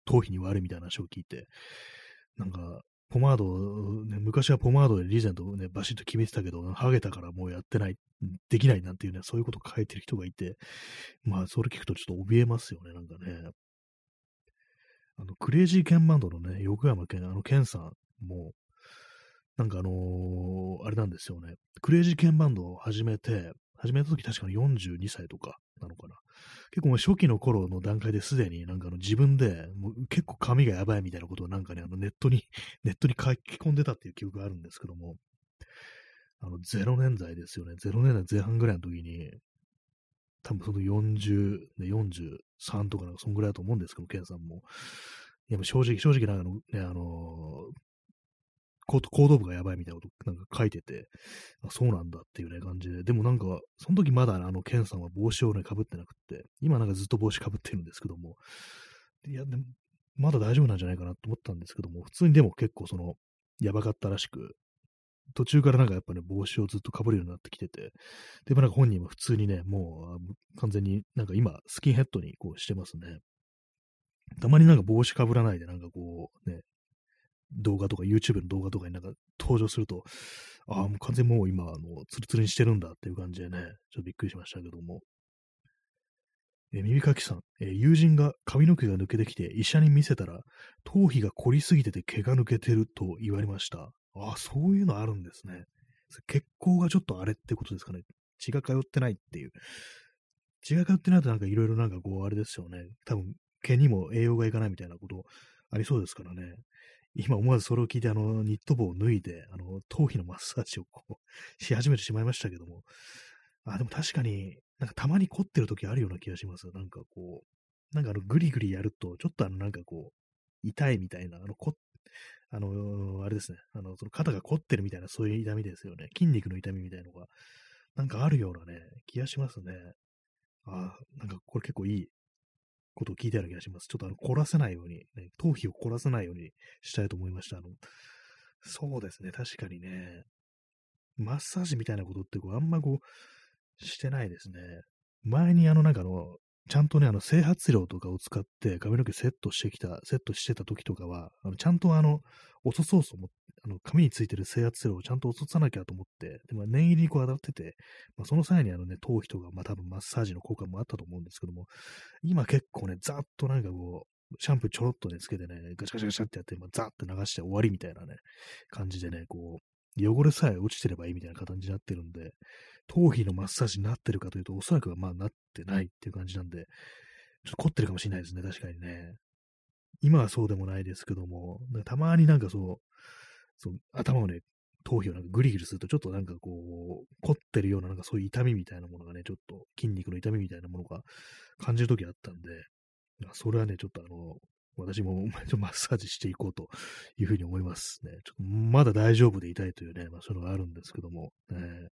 頭皮に悪いみたいな話を聞いて、なんか、ポマード、ね、昔はポマードでリーゼントをね、バシッと決めてたけど、ハゲたからもうやってない、できないなんていうね、そういうことを書いてる人がいて、まあ、それ聞くとちょっと怯えますよね、なんかね。あの、クレイジーケンバンドのね、横山健、あの、ケンさんも、なんかあのーあれなんですよね。クレイジーケンバンドを始めて、始めた時確かによんじゅうにさいとかなのかな。結構もう初期の頃の段階ですでになんかあの自分でもう結構髪がやばいみたいなことをなんかね、あのネットに、ネットに書き込んでたっていう記憶があるんですけども、あのゼロねんだいですよね。ゼロねんだいぜん半ぐらいの時に、多分そのよんじゅう、ね、よんじゅうさんとかなんかそんぐらいだと思うんですけど、ケンさんも。いや、もう正直、正直なんかあのね、あのーコードコード部がやばいみたいなことなんか書いてて、あ、そうなんだっていうね感じで、でもなんか、その時まだあの、ケンさんは帽子をね、被ってなくって、今なんかずっと帽子被ってるんですけども、いや、でも、まだ大丈夫なんじゃないかなと思ったんですけども、普通にでも結構その、やばかったらしく、途中からなんかやっぱね、帽子をずっと被るようになってきてて、で、まあなんか本人も普通にね、もう完全になんか今、スキンヘッドにこうしてますね。たまになんか帽子被らないでなんかこう、ね、動画とか YouTube の動画とかになんか登場すると、ああ、もう完全にもう今、あの、ツルツルにしてるんだっていう感じでね、ちょっとびっくりしましたけども。えー耳かきさん、えー友人が髪の毛が抜けてきて医者に見せたら、頭皮が凝りすぎてて毛が抜けてると言われました。ああ、そういうのあるんですね。血行がちょっとあれってことですかね。血が通ってないっていう。血が通ってないとなんかいろいろなんかこう、あれですよね。多分、毛にも栄養がいかないみたいなことありそうですからね。今思わずそれを聞いて、あの、ニット帽を脱いで、あの、頭皮のマッサージをこう、し始めてしまいましたけども。あ、でも確かに、なんかたまに凝ってる時あるような気がします。なんかこう、なんかあの、グリグリやると、ちょっとあの、なんかこう、痛いみたいな、あの、こ、あのあれですね、あの、その肩が凝ってるみたいな、そういう痛みですよね。筋肉の痛みみたいなのが、なんかあるようなね、気がしますね。あなんかこれ結構いいことを聞いたような気がします。ちょっとあの、凝らせないように、ね、頭皮を凝らせないようにしたいと思いました。あの、そうですね、確かにね、マッサージみたいなことってこう、あんまこう、してないですね。前にあの、なんかあの、ちゃんとね、あの、整髪料とかを使って髪の毛セットしてきた、セットしてた時とかは、あのちゃんとあの、落とそうと思って、あの、髪についてる整髪料をちゃんと落とさなきゃと思って、で、まあ、念入りにこう当たってて、まあ、その際にあのね、頭皮とか、まあ多分マッサージの効果もあったと思うんですけども、今結構ね、ざっとなんかこう、シャンプーちょろっとね、つけてね、ガシャガシャガシャってやって、まあ、ザーって流して終わりみたいなね、感じでね、こう、汚れさえ落ちてればいいみたいな形になってるんで、頭皮のマッサージになってるかというと、おそらくはまあなってないっていう感じなんで、ちょっと凝ってるかもしれないですね、確かにね。今はそうでもないですけども、たまになんかそう、そう頭をね、頭皮をなんかグリグリすると、ちょっとなんかこう、凝ってるような、なんかそういう痛みみたいなものがね、ちょっと筋肉の痛みみたいなものが感じるときあったんで、それはね、ちょっとあの、私もマッサージしていこうというふうに思いますね。ちょっとまだ大丈夫でいたいというね、まあそういうのがあるんですけども、ね、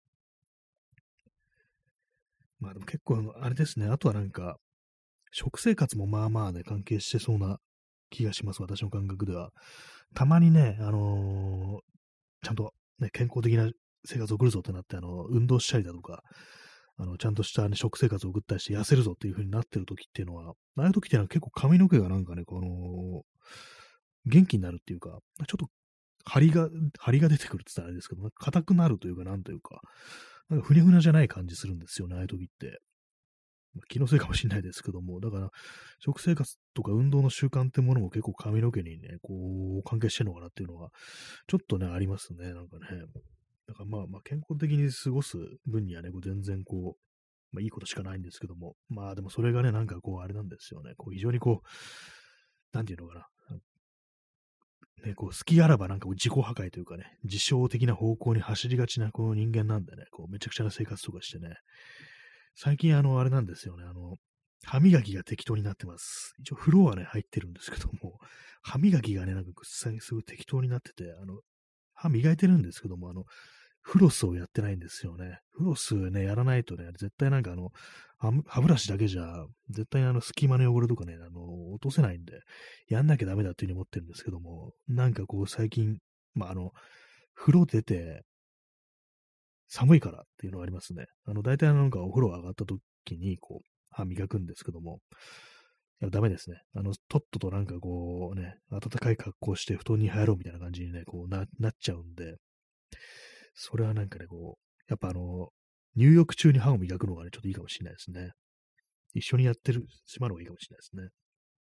まあでも結構あれですね、あとはなんか、食生活もまあまあね、関係してそうな気がします、私の感覚では。たまにね、あのーちゃんとね、健康的な生活を送るぞってなって、あの、運動したりだとか、あの、ちゃんとした、ね、食生活を送ったりして痩せるぞっていう風になってる時っていうのは、ああいう時っていうのは結構髪の毛がなんかね、この、元気になるっていうか、ちょっと張りが、張りが出てくるって言ったらあれですけど、硬くなるというか、なんというか、なんかふにゃふにゃじゃない感じするんですよね、ああいう時って。まあ気のせいかもしれないですけども、だから、食生活とか運動の習慣ってものも結構髪の毛にね、こう、関係してるのかなっていうのは、ちょっとね、ありますね、なんかね。だからまあまあ、健康的に過ごす分にはね、こう全然こう、まあいいことしかないんですけども、まあでもそれがね、なんかこう、あれなんですよね、こう非常にこう、なんていうのかな、ね、こう、隙あらばなんかこう自己破壊というかね、自傷的な方向に走りがちなこの人間なんでね、こう、めちゃくちゃな生活とかしてね、最近あの、あれなんですよね、あの、歯磨きが適当になってます。一応風呂はね、入ってるんですけども、歯磨きがね、なんか最近すごい適当になってて、あの、歯磨いてるんですけども、あの、フロスをやってないんですよね。フロスね、やらないとね、絶対なんかあの、歯歯ブラシだけじゃ、絶対にあの、隙間の汚れとかね、あの、落とせないんで、やんなきゃダメだっていうふうに思ってるんですけども、なんかこう最近、まあ、あの、風呂出て、寒いからっていうのがありますね。あの、大体なんかお風呂上がった時に、こう、歯磨くんですけども、 や、ダメですね。あの、とっととなんかこうね、暖かい格好して布団に入ろうみたいな感じにね、こうな、なっちゃうんで、それはなんかね、こう、やっぱあの、入浴中に歯を磨くのがね、ちょっといいかもしれないですね。一緒にやってる、しまうのがいいかもしれないですね。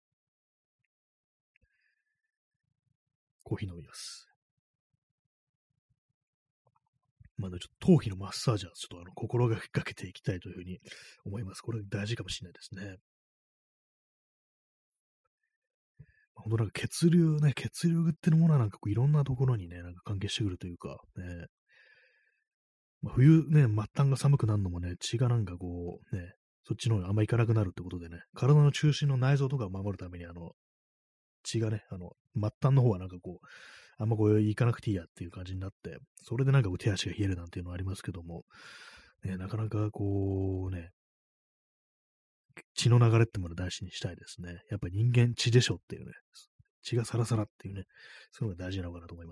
コーヒー飲みます。まあ、ちょっと頭皮のマッサージはちょっとあの心がけていきたいというふうに思います。これ大事かもしれないですね。本当なんか血流ね、血流っていうものはなんかこういろんなところにね、なんか関係してくるというか、ね、まあ、冬ね、末端が寒くなるのもね、血がなんかこう、ね、そっちの方にあんま行かなくなるってことでね、体の中心の内臓とかを守るために、あの、血がね、あの、末端の方はなんかこう、あんまこう行かなくていいやっていう感じになって、それでなんかこう手足が冷えるなんていうのはありますけども、ね、なかなかこうね、血の流れってものを大事にしたいですね。やっぱり人間血でしょっていうね、血がサラサラっていうね、そういうのが大事なのかなと思います。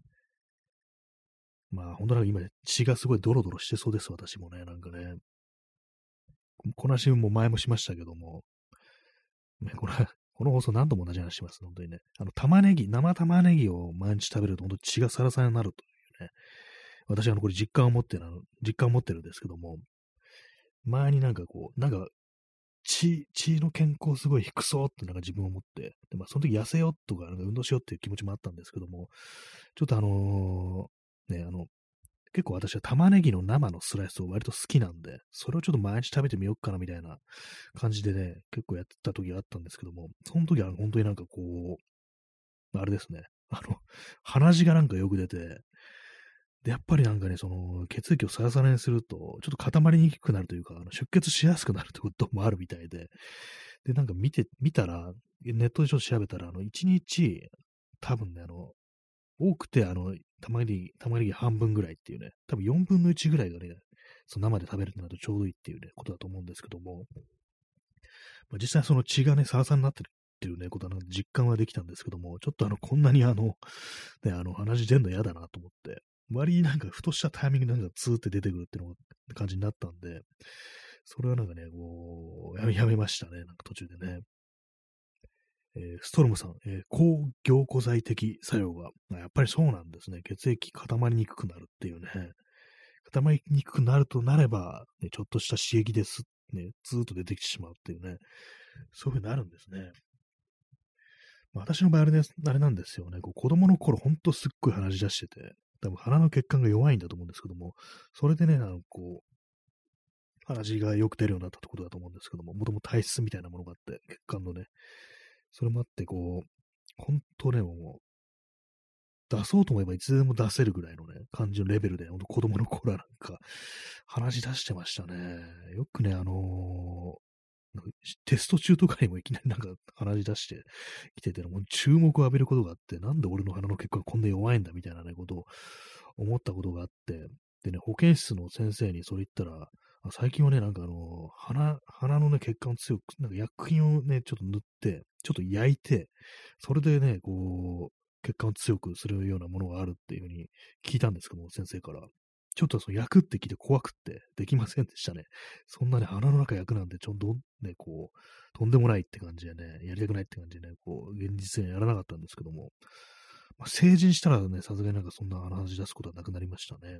まあ、本当なんか今、血がすごいドロドロしてそうです、私もね、なんかね。この話も前もしましたけども、ね、これ、この放送何度も同じ話します、本当にね。あの、玉ねぎ、生玉ねぎを毎日食べると、本当に血がサラサラになるというね。私、あの、これ実感を持ってる、あの、実感を持ってるんですけども、前になんかこう、なんか、血、血の健康すごい低そうってなんか自分を思って、で、まあ、その時痩せようとか、なんか運動しようっていう気持ちもあったんですけども、ちょっとあのーね、あの、結構私は玉ねぎの生のスライスを割と好きなんで、それをちょっと毎日食べてみようかなみたいな感じでね、結構やってた時があったんですけども、その時は本当になんかこう、あれですね、あの、鼻血がなんかよく出て、で、やっぱりなんかね、その、血液をサラサラにすると、ちょっと固まりにくくなるというか、あの出血しやすくなるってこともあるみたいで、で、なんか見て、見たら、ネットでちょっと調べたら、あの、いちにち、多分ね、あの、多くて、あの、玉ねぎ、玉ねぎ半分ぐらいっていうね、多分よんぶんのいちぐらいがね、その生で食べるとなるとちょうどいいっていうね、ことだと思うんですけども、まあ、実際その血がね、サラサラになってるっていうね、ことはなんか実感はできたんですけども、ちょっとあの、こんなにあの、ね、あの、鼻血出んの嫌だなと思って、割になんかふとしたタイミングでなんかツーって出てくるっていうのが感じになったんで、それはなんかね、こう、やめ、やめましたね、なんか途中でね。えーストロムさん、えー抗凝固剤的作用が、あやっぱりそうなんですね。血液固まりにくくなるっていうね。固まりにくくなるとなれば、ね、ちょっとした刺激です。ね、ずーっと出てきてしまうっていうね。そういう風になるんですね。まあ、私の場合あれです、あれなんですよね。こう子供の頃、ほんとすっごい鼻血出してて、多分鼻の血管が弱いんだと思うんですけども、それでね、あの、こう、鼻血がよく出るようになったってことだと思うんですけども、もともと体質みたいなものがあって、血管のね、それもあって、こう、本当ね、もう、出そうと思えばいつでも出せるぐらいのね、感じのレベルで、ほんと子供の頃はなんか、鼻血出してましたね。よくね、あのーなんかテスト中とかにもいきなりなんか鼻血出してきてて、もう注目を浴びることがあって、なんで俺の鼻の血管こんな弱いんだみたいなね、ことを思ったことがあって、でね、保健室の先生にそれ言ったら、あ最近はね、なんかあの、鼻、鼻のね、血管を強く、なんか薬品をね、ちょっと塗って、ちょっと焼いて、それでね、こう、血管を強くするようなものがあるっていうふうに聞いたんですけども、先生から。ちょっとその焼くって聞いて怖くってできませんでしたね。そんなね、鼻の中焼くなんて、ちょっとね、こう、とんでもないって感じでね、やりたくないって感じでね、こう、現実にはやらなかったんですけども、まあ、成人したらね、さすがになんかそんな話出すことはなくなりましたね。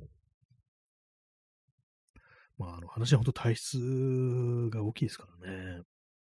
まあ、あの話は本当体質が大きいですからね。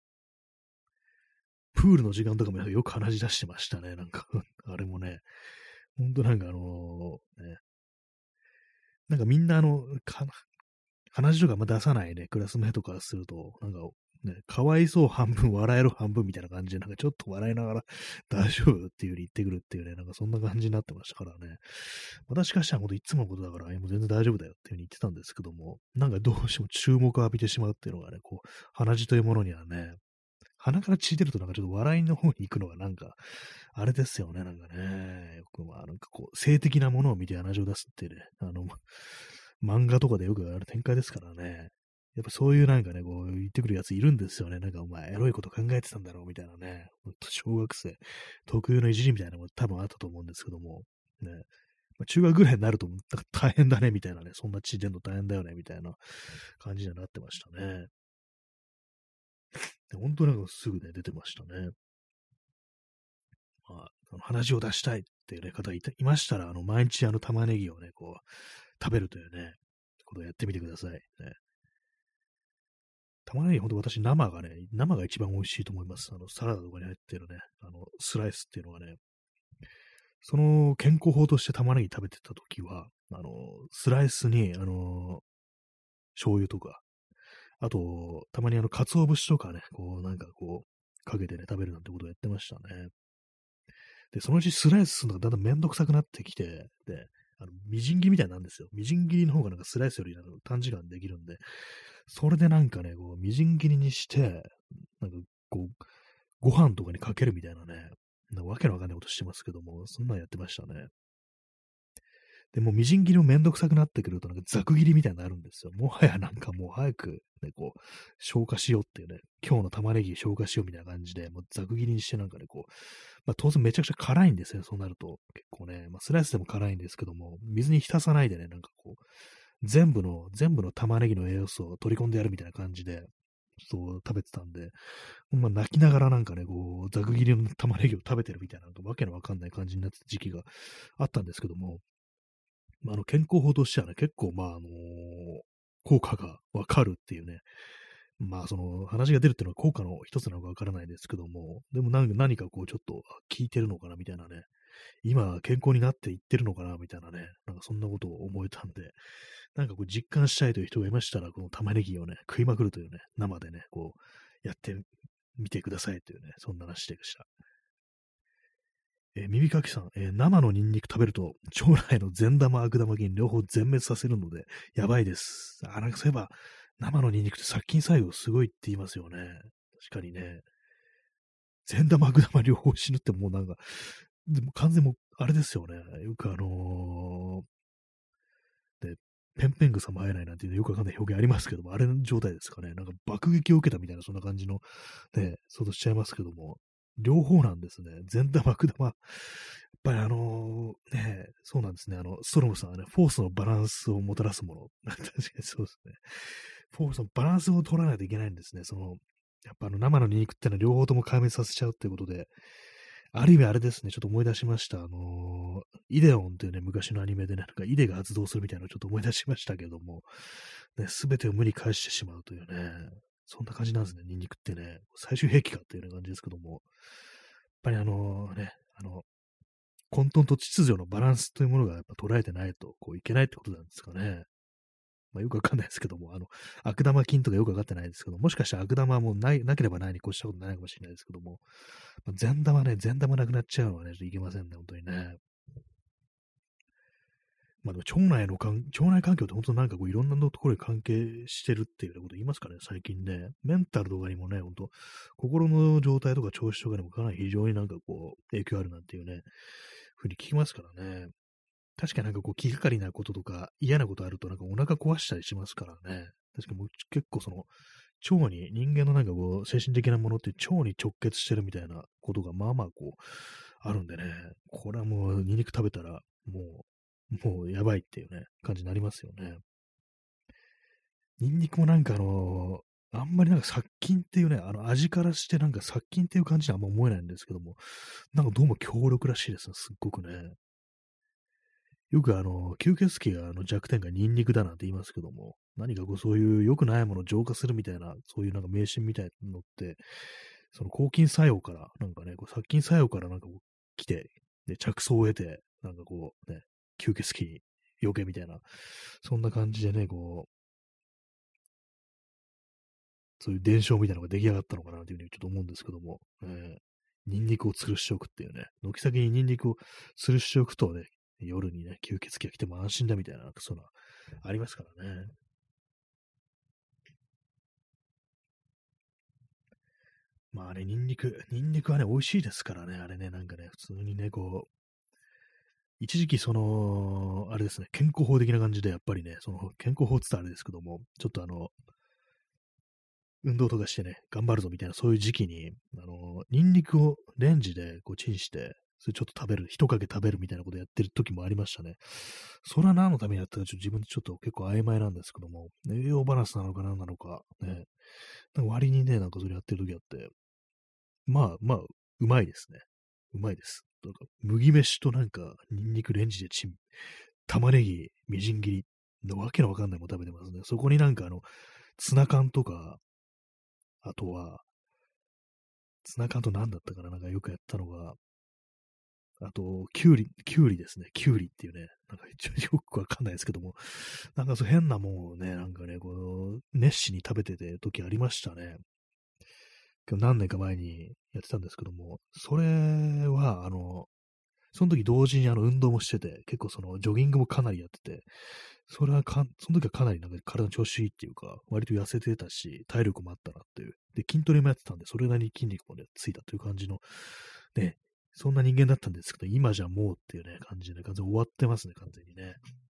プールの時間とかもよく話し出してましたね。なんかあれもね、ほんとなんかあのね、なんかみんなあの、か話とかあんま出さないね、クラスメイトからすると、なんかね、かわいそう半分、笑える半分みたいな感じで、なんかちょっと笑いながら大丈夫っていう風に言ってくるっていうね、なんかそんな感じになってましたからね。私からしたらほんといつものことだから、もう全然大丈夫だよっていう風に言ってたんですけども、なんかどうしても注目を浴びてしまうっていうのがね、こう、鼻血というものにはね、鼻から血出るとなんかちょっと笑いの方に行くのがなんか、あれですよね、なんかね、よくまあなんかこう、性的なものを見て鼻血を出すってね、あの、漫画とかでよくある展開ですからね。やっぱそういうなんかね、こう言ってくるやついるんですよね。なんかお前エロいこと考えてたんだろうみたいなね。ほんと小学生特有のいじりみたいなのも多分あったと思うんですけども、ね。まあ、中学ぐらいになると、なんか大変だねみたいなね、そんな血出んの大変だよねみたいな感じにはなってましたね。 で本当なんかすぐね、出てましたね。まあ、あの鼻血を出したいっていう、ね、方いたいましたら、あの、毎日あの玉ねぎをね、こう、食べるというね、ことをやってみてください。ね、玉ねぎほんと私生がね、生が一番美味しいと思います。あの、サラダとかに入ってるね、あの、スライスっていうのがね、その健康法として玉ねぎ食べてた時は、あの、スライスに、あの、醤油とか、あと、たまにあの、鰹節とかね、こう、なんかこう、かけてね、食べるなんてことをやってましたね。で、そのうちスライスするのがだんだんめんどくさくなってきて、で、あの、みじん切りみたいになるんですよ。みじん切りの方がなんかスライスよりあの短時間でできるんで、それでなんかね、こう、みじん切りにして、なんかこう、ご飯とかにかけるみたいなね、なんかわけのわかんないことしてますけども、そんなんやってましたね。で、もうみじん切りもめんどくさくなってくると、なんかざく切りみたいになるんですよ。もはやなんかもう早く、ね、こう、消化しようっていうね、今日の玉ねぎ消化しようみたいな感じで、もうざく切りにしてなんかね、こう、まあ当然めちゃくちゃ辛いんですよ、そうなると。結構ね、まあスライスでも辛いんですけども、水に浸さないでね、なんかこう、全部の、全部の玉ねぎの栄養素を取り込んでやるみたいな感じで、そう食べてたんで、まあ、泣きながらなんかね、こう、ざく切りの玉ねぎを食べてるみたいな、なんかわけのわかんない感じになってた時期があったんですけども、まあ、あの、健康法としてはね、結構、まあ、あの効果がわかるっていうね、まあ、その、話が出るっていうのは効果の一つなのかわからないですけども、でも何か何かこう、ちょっと、あ効いてるのかなみたいなね、今、健康になっていってるのかなみたいなね、なんかそんなことを思えたんで、なんかこう、実感したいという人がいましたら、この玉ねぎをね、食いまくるというね、生でね、こう、やってみてくださいというね、そんな話でした。えー耳かきさん、えー生のニンニク食べると、腸内の善玉、悪玉菌両方全滅させるので、やばいです。あ、なんかそういえば、生のニンニクって殺菌作用すごいって言いますよね。確かにね。善玉、悪玉両方死ぬってもうなんか、でも完全もう、あれですよね。よくあのーで、ペンペングサも生えないなんていうのよくわかんない表現ありますけども、あれの状態ですかね。なんか爆撃を受けたみたいな、そんな感じの、ね、想像しちゃいますけども、両方なんですね。善玉、悪玉。やっぱりあのーね、そうなんですね。あの、ストロムさんはね、フォースのバランスをもたらすもの。確かにそうですね。フォースのバランスを取らないといけないんですね。その、やっぱあの生のニンニクってのは両方とも壊滅させちゃうっていうことで、ある意味あれですね、ちょっと思い出しました。あのーイデオンっていうね、昔のアニメでね、なんかイデが発動するみたいなのをちょっと思い出しましたけども、ね、すべてを無に返してしまうというね、そんな感じなんですね、ニンニクってね。最終兵器かっていうような感じですけども、やっぱりあのね、あの、混沌と秩序のバランスというものがやっぱ捉えてないと、こういけないってことなんですかね。まあ、よくわかんないですけども、あの、悪玉菌とかよくわかってないですけど、もしかしたら悪玉はもうない、なければないに越したことないかもしれないですけども、まあ、善玉ね、善玉なくなっちゃうのはね、ちょっといけませんね、本当にね。まあでも腸内のかん、腸内環境って本当なんかこういろんなところに関係してるっていうようなこと言いますかね、最近ね。メンタルとかにもね、本当心の状態とか調子とかにもかなり非常になんかこう影響あるなんていうね、ふうに聞きますからね。確かになんかこう気がかりなこととか嫌なことあるとなんかお腹壊したりしますからね。確かにもう結構その腸に、人間のなんかこう精神的なものって腸に直結してるみたいなことがまあまあこうあるんでね、これはもうニンニク食べたらもう、もうやばいっていうね、感じになりますよね。ニンニクもなんかあのあんまりなんか殺菌っていうね、あの味からしてなんか殺菌っていう感じにはあんま思えないんですけども、なんかどうも強力らしいですね、すっごくね。よくあの、吸血鬼があの弱点がニンニクだなんて言いますけども、何かこうそういう良くないものを浄化するみたいな、そういうなんか迷信みたいなのって、その抗菌作用から、なんかね、こう殺菌作用からなんかこう来て、で、着想を得て、なんかこうね、吸血鬼に余計みたいな、そんな感じでね、こう、そういう伝承みたいなのが出来上がったのかなというふうにちょっと思うんですけども、えーニンニクを吊るしておくっていうね、軒先にニンニクを吊るしておくとね、夜にね、吸血鬼が来ても安心だみたいな、なんかそういうのありますからね。まあね、ニンニク、ニンニクはね、美味しいですからね、あれね、なんかね、普通にね、こう、一時期その、あれですね、健康法的な感じで、やっぱりね、その、健康法って言ったらあれですけども、ちょっとあの、運動とかしてね、頑張るぞみたいな、そういう時期に、あの、ニンニクをレンジでこうチンして、 それちょっと食べる、一かけ食べるみたいなことやってる時もありましたね。それは何のためにやったか、ちょっと自分でちょっと結構曖昧なんですけども、栄養バランスなのか何なのか、ね、なんか割にね、なんかそれやってる時あって、まあまあ、うまいですね。うまいです。なんか麦飯となんか、ニンニクレンジでチン、玉ねぎ、みじん切りのわけのわかんないもの食べてますね。そこになんかあの、ツナ缶とか、あとは、ツナ缶と何だったかな、なんかよくやったのが、あと、キュウリ、キュウリですね。キュウリっていうね、なんかちょよくわかんないですけども、なんかそう変なもんをね、なんかね、この、熱心に食べてて時ありましたね。今日何年か前にやってたんですけども、それは、あの、その時同時にあの運動もしてて、結構そのジョギングもかなりやってて、それはかん、その時はかなりなんか体の調子いいっていうか、割と痩せてたし、体力もあったなっていう。で、筋トレもやってたんで、それなりに筋肉もね、ついたという感じの、ね、そんな人間だったんですけど、今じゃもうっていうね、感じで、完全に終わってますね、完全にね。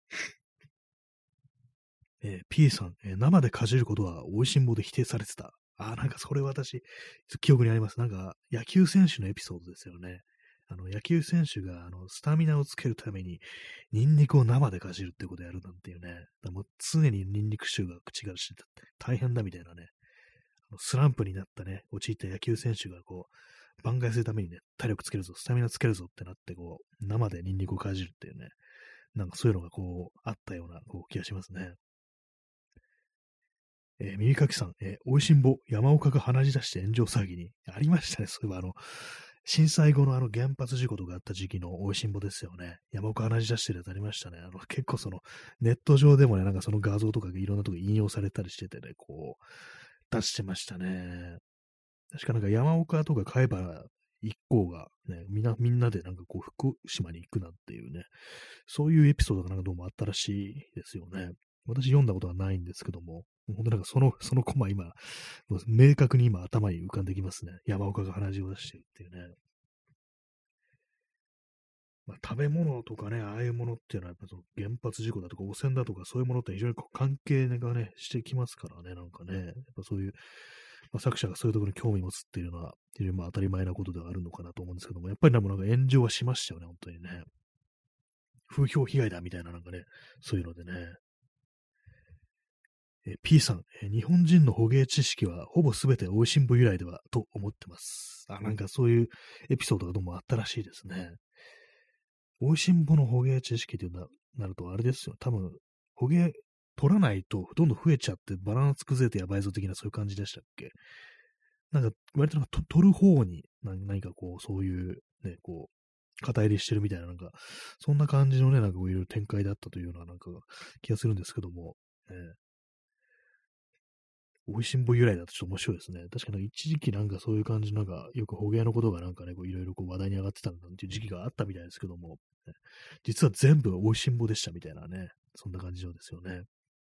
えー P さん、えー生でかじることは美味しんぼで否定されてた。あー、なんかそれ私、記憶にあります。なんか、野球選手のエピソードですよね。あの、野球選手が、あの、スタミナをつけるために、ニンニクを生でかじるってことをやるなんていうね。だからもう常にニンニク臭が口がして大変だみたいなね。あのスランプになったね、陥った野球選手がこう、挽回するためにね、体力つけるぞ、スタミナつけるぞってなって、こう、生でニンニクをかじるっていうね。なんかそういうのがこう、あったような、こう、気がしますね。えー耳かきさん、えー、おいしんぼ、山岡が鼻血出して炎上騒ぎに。ありましたね。そういえば、あの、震災後のあの原発事故とかあった時期のおいしんぼですよね。山岡鼻血出してるやつありましたね。あの、結構その、ネット上でもね、なんかその画像とかがいろんなとこ引用されたりしててね、こう、出してましたね。確かなんか山岡とか貝原一行がね、みんな、みんなでなんかこう、福島に行くなんていうね、そういうエピソードがなんかどうもあったらしいですよね。私読んだことはないんですけども、本当なんかその、そのコマ今、明確に今頭に浮かんできますね。山岡が鼻血を出してるっていうね。まあ、食べ物とかね、ああいうものっていうのは、やっぱその原発事故だとか汚染だとか、そういうものって非常にこう関係がね、してきますからね、なんかね、やっぱそういう、まあ、作者がそういうところに興味持つっていうのは、非常にまあ当たり前なことではあるのかなと思うんですけども、やっぱりなんか炎上はしましたよね、本当にね。風評被害だみたいななんかね、そういうのでね。えー P さん、えー日本人の捕鯨知識はほぼすべて美味しんぼ由来ではと思ってます。あ、なんかそういうエピソードがどうもあったらしいですね。美味しんぼの捕鯨知識っていうななるとあれですよ。多分、捕鯨取らないとどんどん増えちゃってバランス崩れてやばいぞ的なそういう感じでしたっけ？なんか割となんかと取る方に何何かこうそういうね、こう、肩入れしてるみたいななんか、そんな感じのね、なんかこういう展開だったというようななんか気がするんですけども、えー美味しんぼ由来だとちょっと面白いですね。確かに一時期なんかそういう感じなんか、よく捕鯨のことがなんかね、こういろいろこう話題に上がってたなんていう時期があったみたいですけども、ね実は全部美味しんぼでしたみたいなね、そんな感じのですよね。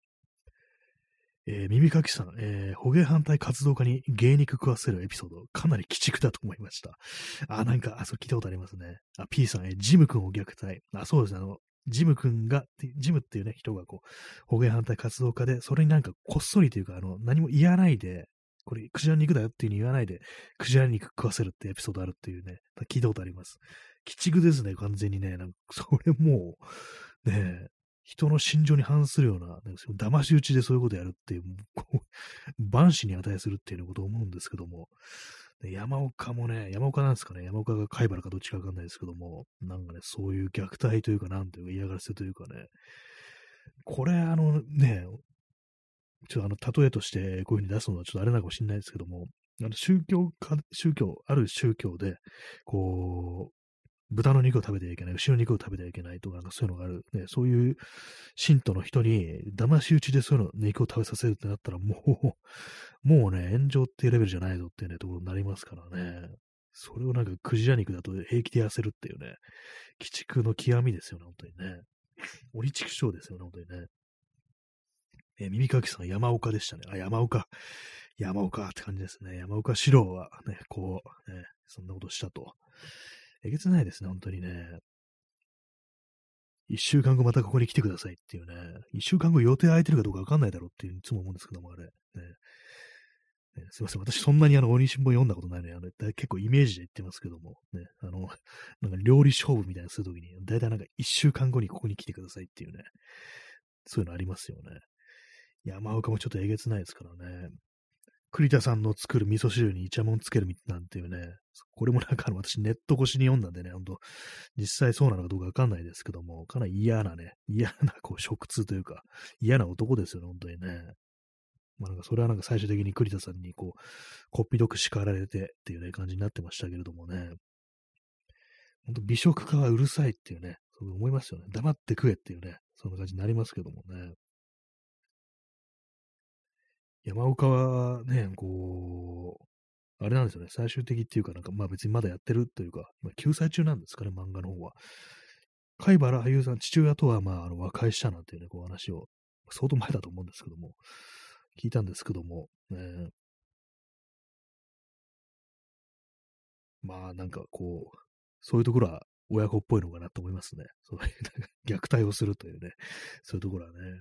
えー耳かきさん、えー捕鯨反対活動家に芸肉食わせるエピソード、かなり鬼畜だと思いました。あ、なんか、あ、そう聞いたことありますね。あ、P さん、えージム君を虐待。あ、そうですね。あの、ジム君が、ジムっていうね、人がこう、捕鯨反対活動家で、それになんかこっそりというか、あの、何も言わないで、これ、クジラ肉だよっていう風に言わないで、クジラ肉食わせるってエピソードあるっていうね、聞いたことあります。鬼畜ですね、完全にね。なんか、それもう、ねえ、人の心情に反するような、なんか騙し討ちでそういうことやるっていう、こう万死に値するっていうようなことを思うんですけども、で山岡もね、山岡なんですかね、山岡が貝原かどっちかわかんないですけども、なんかね、そういう虐待というか、なんというか嫌がらせというかね、これあのね、ちょっとあの、例えとしてこういうふうに出すのはちょっとあれなのかもしれないですけども、あの宗教か、宗教、ある宗教で、こう、豚の肉を食べてはいけない、牛の肉を食べてはいけないとか、なんかそういうのがある、ね、そういう信徒の人に騙し討ちでそういうの肉を食べさせるってなったら、もう、もうね、炎上っていうレベルじゃないぞっていうね、ところになりますからね。それをなんかクジラ肉だと平気で痩せるっていうね、鬼畜の極みですよね、本当にね。鬼畜生ですよね、本当にね。えー耳かきさん、山岡でしたね。あ、山岡。山岡って感じですね。山岡四郎はね、こう、ね、そんなことしたと。えげつないですね、本当にね。一週間後またここに来てくださいっていうね。一週間後予定空いてるかどうかわかんないだろうっていういつも思うんですけども、あれ。ね、 ね、すいません。私そんなにあの、鬼しんぼ読んだことないので、あの、だ結構イメージで言ってますけども、ね、あの、なんか料理勝負みたいなのするときに、だいたいなんか一週間後にここに来てくださいっていうね、そういうのありますよね。山岡もちょっとえげつないですからね。栗田さんの作る味噌汁にイチャモンつけるみなんていうね、これもなんかあの私ネット越しに読んだんでね、ほんと、実際そうなのかどうかわかんないですけども、かなり嫌なね、嫌なこう食通というか、嫌な男ですよね、本当にね。まあなんかそれはなんか最終的に栗田さんにこう、こっぴどく叱られてっていうね、感じになってましたけれどもね。ほんと美食家はうるさいっていうね、そう思いますよね。黙って食えっていうね、そんな感じになりますけどもね。山岡はね、こう、あれなんですよね、最終的っていうか、なんかまあ別にまだやってるというか、まあ、救済中なんですかね、漫画の方は。貝原俳優さん、父親とはまあ、あの和解したなんていうね、こう話を、相当前だと思うんですけども、聞いたんですけども、ね、まあなんかこう、そういうところは親子っぽいのかなと思いますね。そういう虐待をするというね、そういうところはね。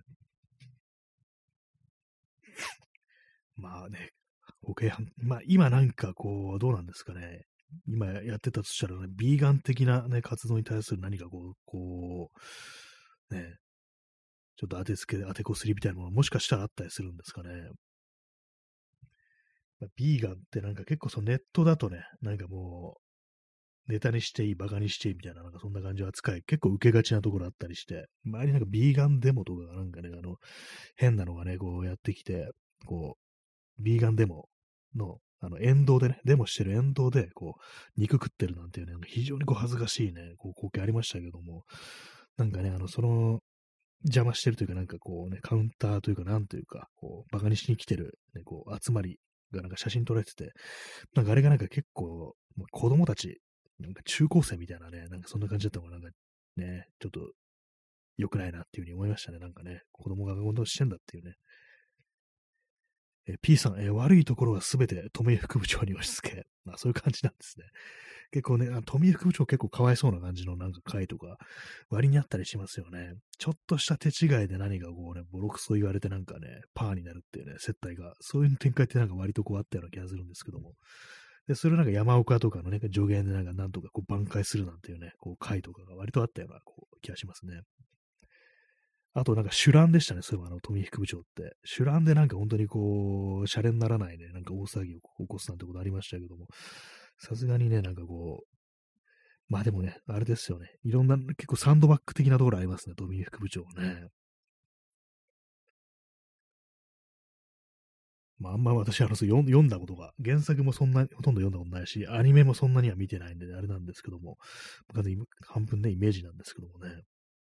まあね、保険犯、まあ今なんかこう、どうなんですかね。今やってたとしたらね、ビーガン的なね、活動に対する何かこう、こう、ね、ちょっと当てつけ、当てこすりみたいなものもしかしたらあったりするんですかね。まあ、ビーガンってなんか結構そのネットだとね、なんかもう、ネタにしていい、バカにしていいみたいな、なんかそんな感じの扱い、結構受けがちなところあったりして、周りなんかビーガンデモとかがなんかね、あの、変なのがね、こうやってきて、こう、ビーガンデモの、あの、沿道でね、デモしてる沿道で、こう、肉食ってるなんていうね、非常にこう恥ずかしいね、こう、光景ありましたけども、なんかね、あの、その、邪魔してるというか、なんかこうね、カウンターというか、なんというか、こう、バカにしに来てる、ね、こう、集まりがなんか写真撮られてて、なんかあれがなんか結構、もう子供たち、なんか中高生みたいなね、なんかそんな感じだったのが、なんかね、ちょっと良くないなっていうふうに思いましたね。なんかね、子供が運動してんだっていうね。え P さん、え悪いところはすべて富井副部長に押し付け。まあそういう感じなんですね。結構ね、あ富井副部長結構かわいそうな感じのなんか回とか、割にあったりしますよね。ちょっとした手違いで何かこうね、ボロクソ言われてなんかね、パーになるっていうね、接待が、そういう展開ってなんか割とこうあったような気がするんですけども。で、それをなんか山岡とかのね、助言でなんかなんとかこう挽回するなんていうね、こう回とかが割とあったようなこう気がしますね。あとなんか主乱でしたね、そういえばあの富井副部長って。主乱でなんか本当にこう、シャレにならないね、なんか大騒ぎを起こすなんてことありましたけども、さすがにね、なんかこう、まあでもね、あれですよね。いろんな、結構サンドバッグ的なところありますね、富井副部長ね。まああんま私あの、そう読ん読んだことが、原作もそんなにほとんど読んだことないし、アニメもそんなには見てないんで、ね、あれなんですけども、完全に半分ね、イメージなんですけどもね。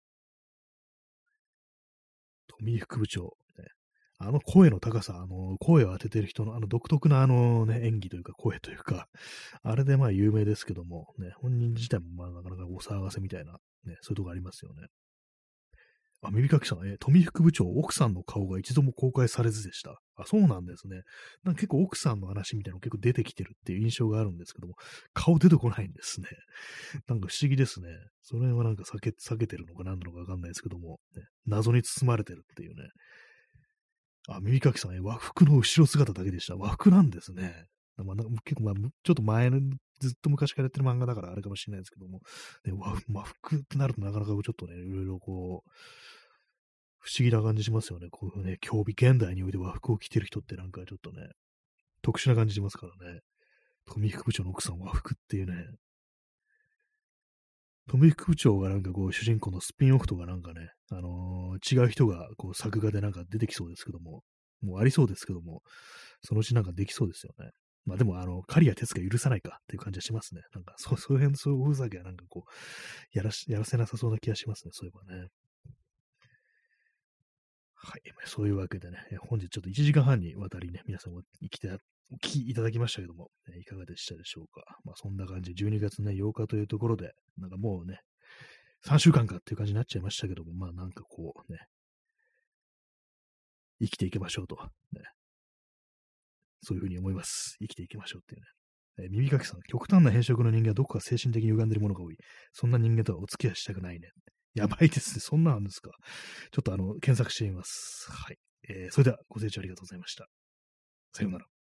富井副部長、ね。あの声の高さ、あの、声を当ててる人のあの独特なあのね、演技というか声というか、あれでまあ有名ですけども、ね、本人自体もまあなかなかお騒がせみたいな、ね、そういうとこありますよね。あ、耳かきさん、え、富副部長、奥さんの顔が一度も公開されずでした。あ、そうなんですね。なんか結構奥さんの話みたいなの結構出てきてるっていう印象があるんですけども、顔出てこないんですね。なんか不思議ですね。それはなんか避け、避けてるのか何なのかわかんないですけども、ね、謎に包まれてるっていうね。あ、耳かきさん、え和服の後ろ姿だけでした。和服なんですね。まあ、なんか結構、まあ、ちょっと前の、ずっと昔からやってる漫画だからあれかもしれないですけども、ね、和和服ってなるとなかなかちょっとね、いろいろこう、不思議な感じしますよね。こういうね、競技現代において和服を着てる人ってなんかちょっとね、特殊な感じしますからね。富副部長の奥さん和服っていうね、富副部長がなんかこう、主人公のスピンオフとかなんかね、あのー違う人がこう、作画でなんか出てきそうですけども、もうありそうですけども、そのうちなんかできそうですよね。まあでも、あの、刈谷哲が許さないかっていう感じはしますね。なんか、そう、そういう辺、そういうおふざけはなんかこう、やらし、やらせなさそうな気がしますね。そういえばね。はい。そういうわけでね、え本日ちょっといちじかんはんにわたりね、皆さんも生きて、お聞きいただきましたけども、えいかがでしたでしょうか。まあそんな感じでじゅうにがつね、ようかというところで、なんかもうね、さんしゅうかんかっていう感じになっちゃいましたけども、まあなんかこうね、生きていきましょうと、ね、そういうふうに思います。生きていきましょうっていうね。えー耳かきさん、極端な変色の人間はどこか精神的に歪んでるものが多い。そんな人間とはお付き合いしたくないね。やばいですね。そんなのあるんですか。ちょっとあの、検索してみます。はい。えーそれではご清聴ありがとうございました。さようなら。